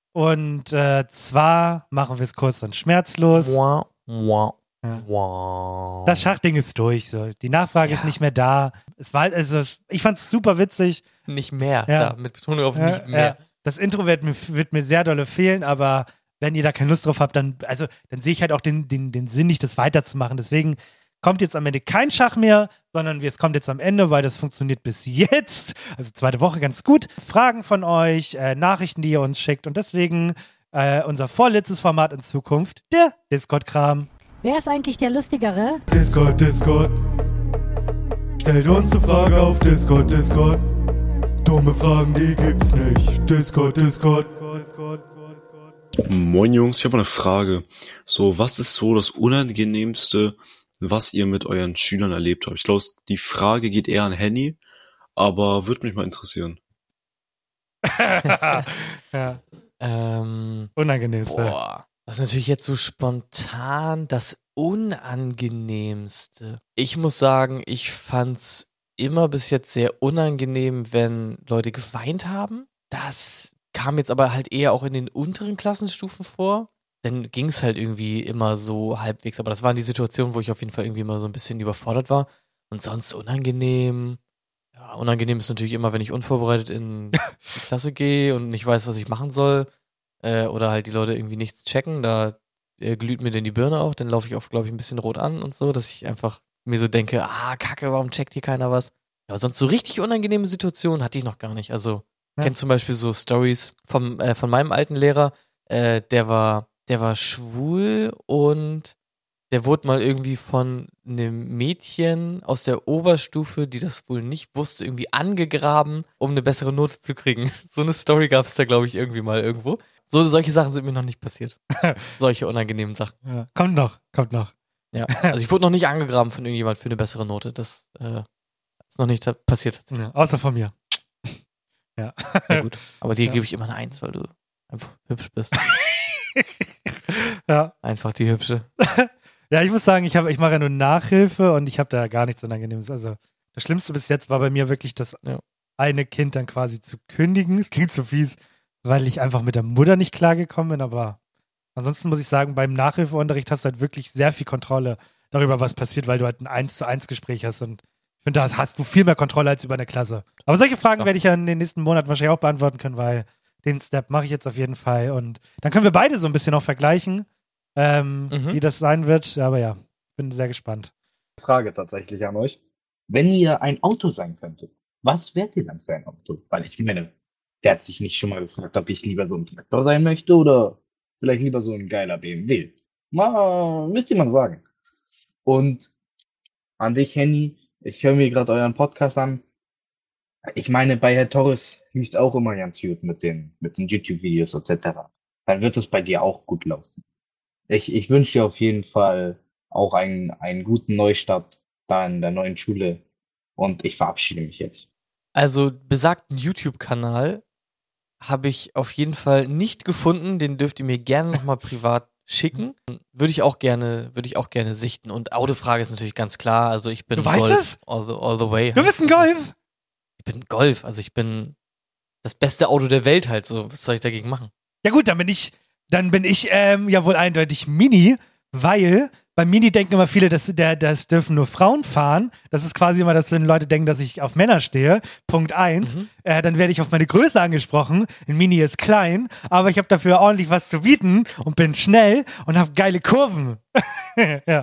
Und äh, zwar machen wir es kurz und schmerzlos. Wow, wow, Ja. wow. Das Schachding ist durch. So. Die Nachfrage ist Ja. nicht mehr da. Es war, also, ich fand es super witzig. Nicht mehr, Ja. da, mit Betonung auf Ja, nicht mehr. ja. Das Intro wird mir, wird mir sehr dolle fehlen, aber wenn ihr da keine Lust drauf habt, dann, also, dann sehe ich halt auch den, den, den Sinn nicht, das weiterzumachen. Deswegen kommt jetzt am Ende kein Schach mehr, sondern es kommt jetzt am Ende, weil das funktioniert bis jetzt, also zweite Woche ganz gut. Fragen von euch, äh, Nachrichten, die ihr uns schickt und deswegen äh, unser vorletztes Format in Zukunft, der Discord-Kram. Wer ist eigentlich der Lustigere? Discord, Discord. Stellt uns eine Frage auf Discord, Discord. Dumme Fragen, die gibt's nicht. Discord, Discord. Moin Jungs, ich habe eine Frage. So, was ist so das Unangenehmste, was ihr mit euren Schülern erlebt habt? Ich glaube, die Frage geht eher an Henny, aber würde mich mal interessieren. Ja. Ähm, Unangenehmste. boah, das ist natürlich jetzt so spontan das Unangenehmste. Ich muss sagen, ich fand's immer bis jetzt sehr unangenehm, wenn Leute geweint haben. Das kam jetzt aber halt eher auch in den unteren Klassenstufen vor. Dann ging's halt irgendwie immer so halbwegs. Aber das waren die Situationen, wo ich auf jeden Fall irgendwie immer so ein bisschen überfordert war. Und sonst unangenehm. Ja, unangenehm ist natürlich immer, wenn ich unvorbereitet in die Klasse gehe und nicht weiß, was ich machen soll. Äh, oder halt die Leute irgendwie nichts checken. Da äh, glüht mir denn die Birne auch. Dann laufe ich oft, glaube ich, ein bisschen rot an und so, dass ich einfach mir so denke, ah, Kacke, warum checkt hier keiner was? Ja, aber sonst so richtig unangenehme Situationen hatte ich noch gar nicht. Also, Ja. ich kenne zum Beispiel so Stories vom, äh, von meinem alten Lehrer, äh, der war, der war schwul und der wurde mal irgendwie von einem Mädchen aus der Oberstufe, die das wohl nicht wusste, irgendwie angegraben, um eine bessere Note zu kriegen. So eine Story gab es da, glaube ich, irgendwie mal irgendwo. So, solche Sachen sind mir noch nicht passiert. Solche unangenehmen Sachen. Ja. Kommt noch, kommt noch. Ja. Also ich wurde noch nicht angegraben von irgendjemand für eine bessere Note. Das äh, ist noch nicht ta- passiert. Ja, außer von mir. Ja. Ja gut. Aber dir Ja. gebe ich immer eine Eins, weil du einfach hübsch bist. Ja. Einfach die Hübsche. Ja, ich muss sagen, ich, hab, ich mache ja nur Nachhilfe und ich habe da gar nichts Unangenehmes. Also das Schlimmste bis jetzt war bei mir wirklich das Ja. eine Kind dann quasi zu kündigen. Es klingt so fies, weil ich einfach mit der Mutter nicht klargekommen bin, aber ansonsten muss ich sagen, beim Nachhilfeunterricht hast du halt wirklich sehr viel Kontrolle darüber, was passiert, weil du halt ein eins zu eins Gespräch hast und ich finde, da hast du viel mehr Kontrolle als über eine Klasse. Aber solche Fragen Ja. werde ich ja in den nächsten Monaten wahrscheinlich auch beantworten können, weil den Step mache ich jetzt auf jeden Fall und dann können wir beide so ein bisschen auch vergleichen, ähm, Mhm. wie das sein wird, aber ja, bin sehr gespannt. Frage tatsächlich an euch. Wenn ihr ein Auto sein könntet, was wärt ihr dann für ein Auto? Weil ich meine, der hat sich nicht schon mal gefragt, ob ich lieber so ein Traktor sein möchte oder vielleicht lieber so ein geiler B M W. Mal, müsst ihr mal sagen. Und an dich, Henny, ich höre mir gerade euren Podcast an. Ich meine, bei Herr Torres lief es auch immer ganz gut mit den, mit den YouTube-Videos et cetera. Dann wird es bei dir auch gut laufen. Ich, ich wünsche dir auf jeden Fall auch einen, einen guten Neustart da in der neuen Schule und ich verabschiede mich jetzt. Also besagten YouTube-Kanal habe ich auf jeden Fall nicht gefunden. Den dürft ihr mir gerne nochmal privat schicken. Würde ich auch gerne, würde ich auch gerne sichten. Und Autofrage ist natürlich ganz klar. Also ich bin Du weißt Golf es? all the, all the way. Du bist ein Also, Golf! Ich bin Golf. Also ich bin das beste Auto der Welt halt so. Was soll ich dagegen machen? Ja gut, dann bin ich, dann bin ich ähm, ja wohl eindeutig Mini, weil beim Mini denken immer viele, dass der, das dürfen nur Frauen fahren. Das ist quasi immer, dass dann Leute denken, dass ich auf Männer stehe. Punkt eins. Mhm. Äh, dann werde ich auf meine Größe angesprochen. Ein Mini ist klein, aber ich habe dafür ordentlich was zu bieten und bin schnell und habe geile Kurven. Ja.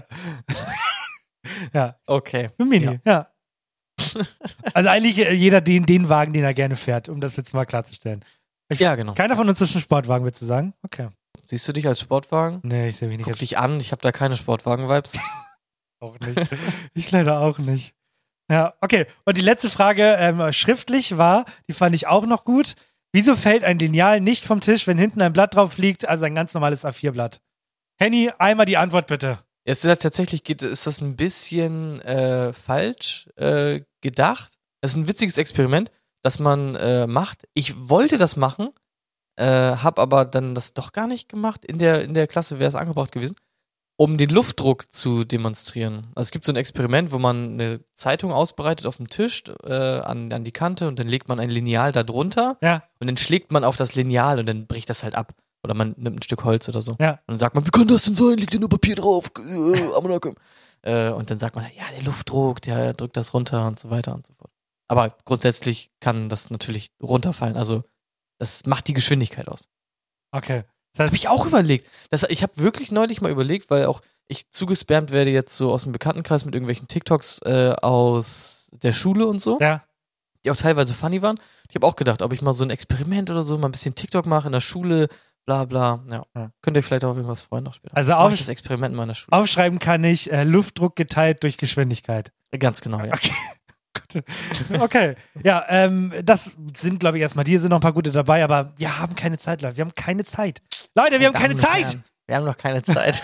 Ja, Okay. bin Mini, ja. Also eigentlich äh, jeder den, den Wagen, den er gerne fährt, um das jetzt mal klarzustellen. Ich, Ja, genau. Keiner von uns ist ein Sportwagen, würdest du sagen? Okay. Siehst du dich als Sportwagen? Nee, ich sehe mich nicht Guck als dich an. Ich habe da keine Sportwagen-Vibes. auch nicht. Ich leider auch nicht. Ja, okay. Und die letzte Frage ähm, schriftlich war, die fand ich auch noch gut. Wieso fällt ein Lineal nicht vom Tisch, wenn hinten ein Blatt drauf liegt, also ein ganz normales A vier Blatt? Henny, einmal die Antwort bitte. Es ist ja tatsächlich, geht, ist das ein bisschen äh, falsch äh, gedacht. Es ist ein witziges Experiment, das man äh, macht. Ich wollte das machen, äh, habe aber dann das doch gar nicht gemacht. In der, in der Klasse wäre es angebracht gewesen, um den Luftdruck zu demonstrieren. Also es gibt so ein Experiment, wo man eine Zeitung ausbreitet auf dem Tisch äh, an, an die Kante und dann legt man ein Lineal da drunter Ja, und dann schlägt man auf das Lineal und dann bricht das halt ab. Oder man nimmt ein Stück Holz oder so. ja. Und dann sagt man, wie kann das denn sein? Liegt ja nur Papier drauf. Äh, Ammoniak. äh, und dann sagt man, ja, der Luftdruck, der drückt das runter und so weiter und so fort. Aber grundsätzlich kann das natürlich runterfallen. Also das macht die Geschwindigkeit aus. Okay. Das Habe ich auch überlegt. Das, ich habe wirklich neulich mal überlegt, weil auch ich zugespammt werde jetzt so aus dem Bekanntenkreis mit irgendwelchen TikToks äh, aus der Schule und so, ja. die auch teilweise funny waren. Ich habe auch gedacht, ob ich mal so ein Experiment oder so, mal ein bisschen TikTok mache in der Schule, bla bla. Ja. Ja. Könnt ihr vielleicht auch irgendwas freuen noch später. Also Mach auf- ich das Experiment in meiner Schule. Aufschreiben kann ich äh, Luftdruck geteilt durch Geschwindigkeit. Ganz genau, ja. Okay. Gut. Okay. Ja, ähm, das sind, glaube ich, erstmal die. Hier sind noch ein paar gute dabei, aber wir haben keine Zeit, Leute. Wir haben keine Zeit. Leute, wir haben keine Damen und Zeit! Herren, Wir haben noch keine Zeit.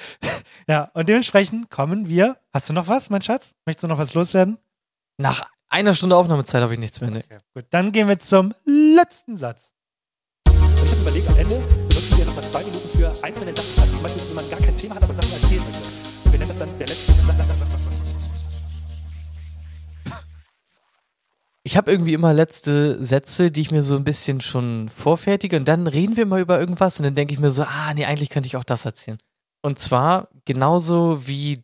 Ja, und dementsprechend kommen wir. Hast du noch was, mein Schatz? Möchtest du noch was loswerden? Nach einer Stunde Aufnahmezeit habe ich nichts mehr. Ne? Okay, gut, dann gehen wir zum letzten Satz. Ich habe überlegt, am Ende benutzen wir nochmal zwei Minuten für einzelne Sachen. Also zum Beispiel, wenn man gar kein Thema hat, aber Sachen erzählen möchte. Und wir nennen das dann der letzte Satz. Ich habe irgendwie immer letzte Sätze, die ich mir so ein bisschen schon vorfertige und dann reden wir mal über irgendwas und dann denke ich mir so, ah, nee, eigentlich könnte ich auch das erzählen. Und zwar genauso wie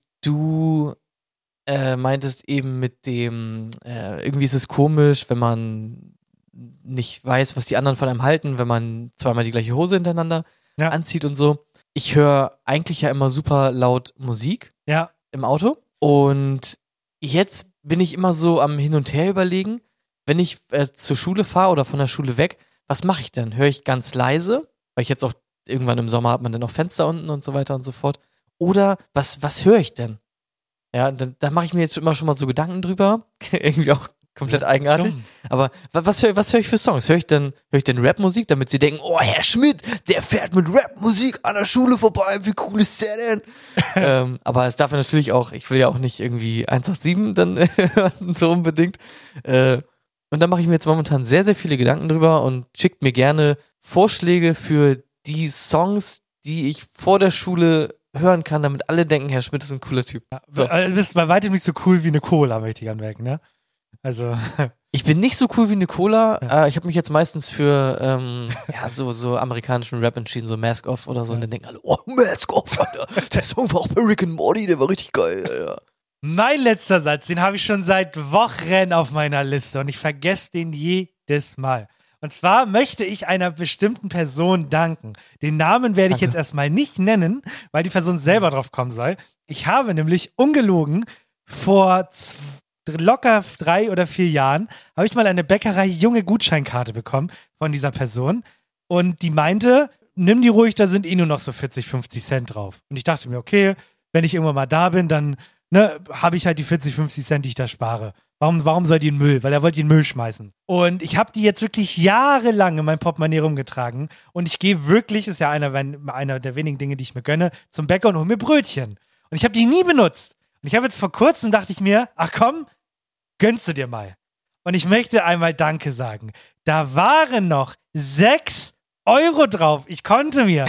du äh, meintest eben mit dem, äh, irgendwie ist es komisch, wenn man nicht weiß, was die anderen von einem halten, wenn man zweimal die gleiche Hose hintereinander Ja. anzieht und so. Ich höre eigentlich ja immer super laut Musik Ja. im Auto und jetzt bin ich immer so am Hin und Her überlegen, wenn ich äh, zur Schule fahre oder von der Schule weg, was mache ich denn? Höre ich ganz leise, weil ich jetzt auch irgendwann im Sommer hat man dann auch Fenster unten und so weiter und so fort. Oder was, was höre ich denn? Ja, da, da mache ich mir jetzt immer schon mal so Gedanken drüber. Irgendwie auch komplett eigenartig. dumm. Aber wa- was höre was hör ich für Songs? Höre ich denn, höre ich denn Rapmusik, damit sie denken, oh, Herr Schmidt, der fährt mit Rapmusik an der Schule vorbei, wie cool ist der denn? ähm, aber es darf ja natürlich auch, ich will ja auch nicht irgendwie eins acht sieben dann hören, so unbedingt. Äh, und da mache ich mir jetzt momentan sehr, sehr viele Gedanken drüber und schickt mir gerne Vorschläge für die Songs, die ich vor der Schule hören kann, damit alle denken, Herr Schmidt ist ein cooler Typ. So. Also, du bist bei weitem nicht so cool wie eine Cola, möchte ich anmerken, ne? Also, Ich bin nicht so cool wie eine Cola. Äh, ich habe mich jetzt meistens für ähm, ja, so, so amerikanischen Rap entschieden, so Mask Off oder so. Und dann denken alle, oh, Mask Off, Alter. Der Song war auch bei Rick and Morty, der war richtig geil, Alter. mein letzter Satz, den habe ich schon seit Wochen auf meiner Liste und ich vergesse den jedes Mal. Und zwar möchte ich einer bestimmten Person danken. Den Namen werde ich jetzt erstmal nicht nennen, weil die Person selber drauf kommen soll. Ich habe nämlich ungelogen vor z- locker drei oder vier Jahren habe ich mal eine Bäckerei junge Gutscheinkarte bekommen von dieser Person und die meinte, nimm die ruhig, da sind eh nur noch so vierzig, fünfzig Cent drauf. Und ich dachte mir, okay, wenn ich irgendwann mal da bin, dann ne, habe ich halt die vierzig, fünfzig Cent, die ich da spare. Warum, warum soll die in den Müll? Weil er wollte die in den Müll schmeißen. Und ich habe die jetzt wirklich jahrelang in meinem Portemonnaie rumgetragen. Und ich gehe wirklich, ist ja einer, einer der wenigen Dinge, die ich mir gönne, zum Bäcker und hole mir Brötchen. Und ich habe die nie benutzt. Und ich habe jetzt vor kurzem, dachte ich mir, ach komm, gönnst du dir mal. Und ich möchte einmal Danke sagen. Da waren noch sechs Euro drauf. Ich konnte mir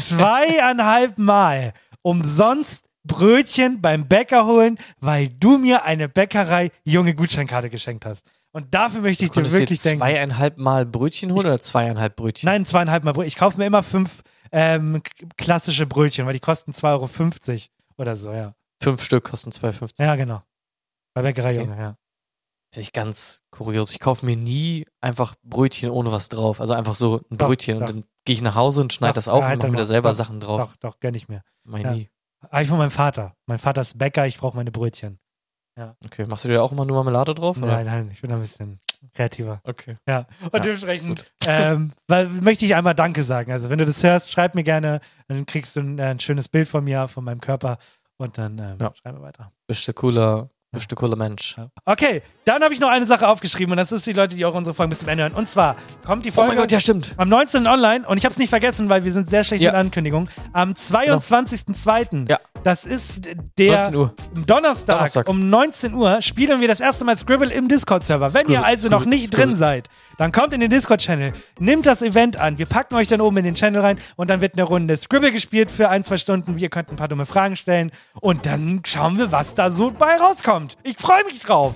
zweieinhalb Mal umsonst Brötchen beim Bäcker holen, weil du mir eine Bäckerei junge Gutscheinkarte geschenkt hast. Und dafür möchte ich dir Konntest du wirklich dir denken. zweieinhalb Mal Brötchen holen oder zweieinhalb Brötchen? Nein, zweieinhalb Mal Brötchen. Ich kaufe mir immer fünf ähm, k- klassische Brötchen, weil die kosten zwei Euro fünfzig oder so, ja. Fünf Stück kosten zwei Euro fünfzig. Ja, genau. Bei Bäckerei Okay. Junge, ja. Finde ich ganz kurios. Ich kaufe mir nie einfach Brötchen ohne was drauf. Also einfach so ein Doch, Brötchen doch. und dann gehe ich nach Hause und schneide Doch, das auf ja, und halt mache doch mir da mal. selber Doch, Sachen drauf. Doch, doch, gönn ich mir. Mach ich Ja. nie. Habe ich von meinem Vater. Mein Vater ist Bäcker, ich brauche meine Brötchen. Okay, machst du dir auch immer nur Marmelade drauf? Oder? Nein, nein, ich bin ein bisschen kreativer. Okay. Ja, und Ja, dementsprechend ähm, weil, möchte ich einmal Danke sagen. Also wenn du das hörst, schreib mir gerne, dann kriegst du ein, ein schönes Bild von mir, von meinem Körper und dann ähm, Ja. schreiben wir weiter. Bist du cooler, bist du cooler Mensch. Ja. Okay, dann habe ich noch eine Sache aufgeschrieben und das ist die Leute, die auch unsere Folgen bis zum Ende hören. Und zwar kommt die Oh Folge mein Gott, ja stimmt. am neunzehnten online und ich habe es nicht vergessen, weil wir sind sehr schlecht Ja. mit Ankündigungen. Am zweiundzwanzigsten zweiten Ja. Das ist der neunzehn Uhr. Donnerstag, Donnerstag. um neunzehn Uhr spielen wir das erste Mal Scribble im Discord-Server. Wenn ihr Scribble, also noch Scribble, nicht Scribble. drin seid, dann kommt in den Discord-Channel, nimmt das Event an, wir packen euch dann oben in den Channel rein und dann wird eine Runde Scribble gespielt für ein, zwei Stunden. Wir könnt ein paar dumme Fragen stellen und dann schauen wir, was da so bei rauskommt. Ich freue mich drauf.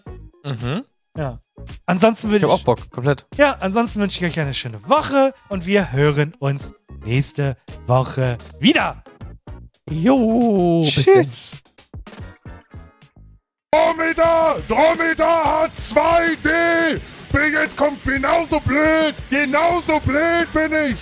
Mhm. Ja. Ansonsten Ich würde habe ich, auch Bock, komplett. ja, ansonsten wünsche ich euch eine schöne Woche und wir hören uns nächste Woche wieder. Jo, bis dann. Tschüss. Dromedar! Dromedar hat zwei D! Bin jetzt kommt genauso blöd! Genauso blöd bin ich!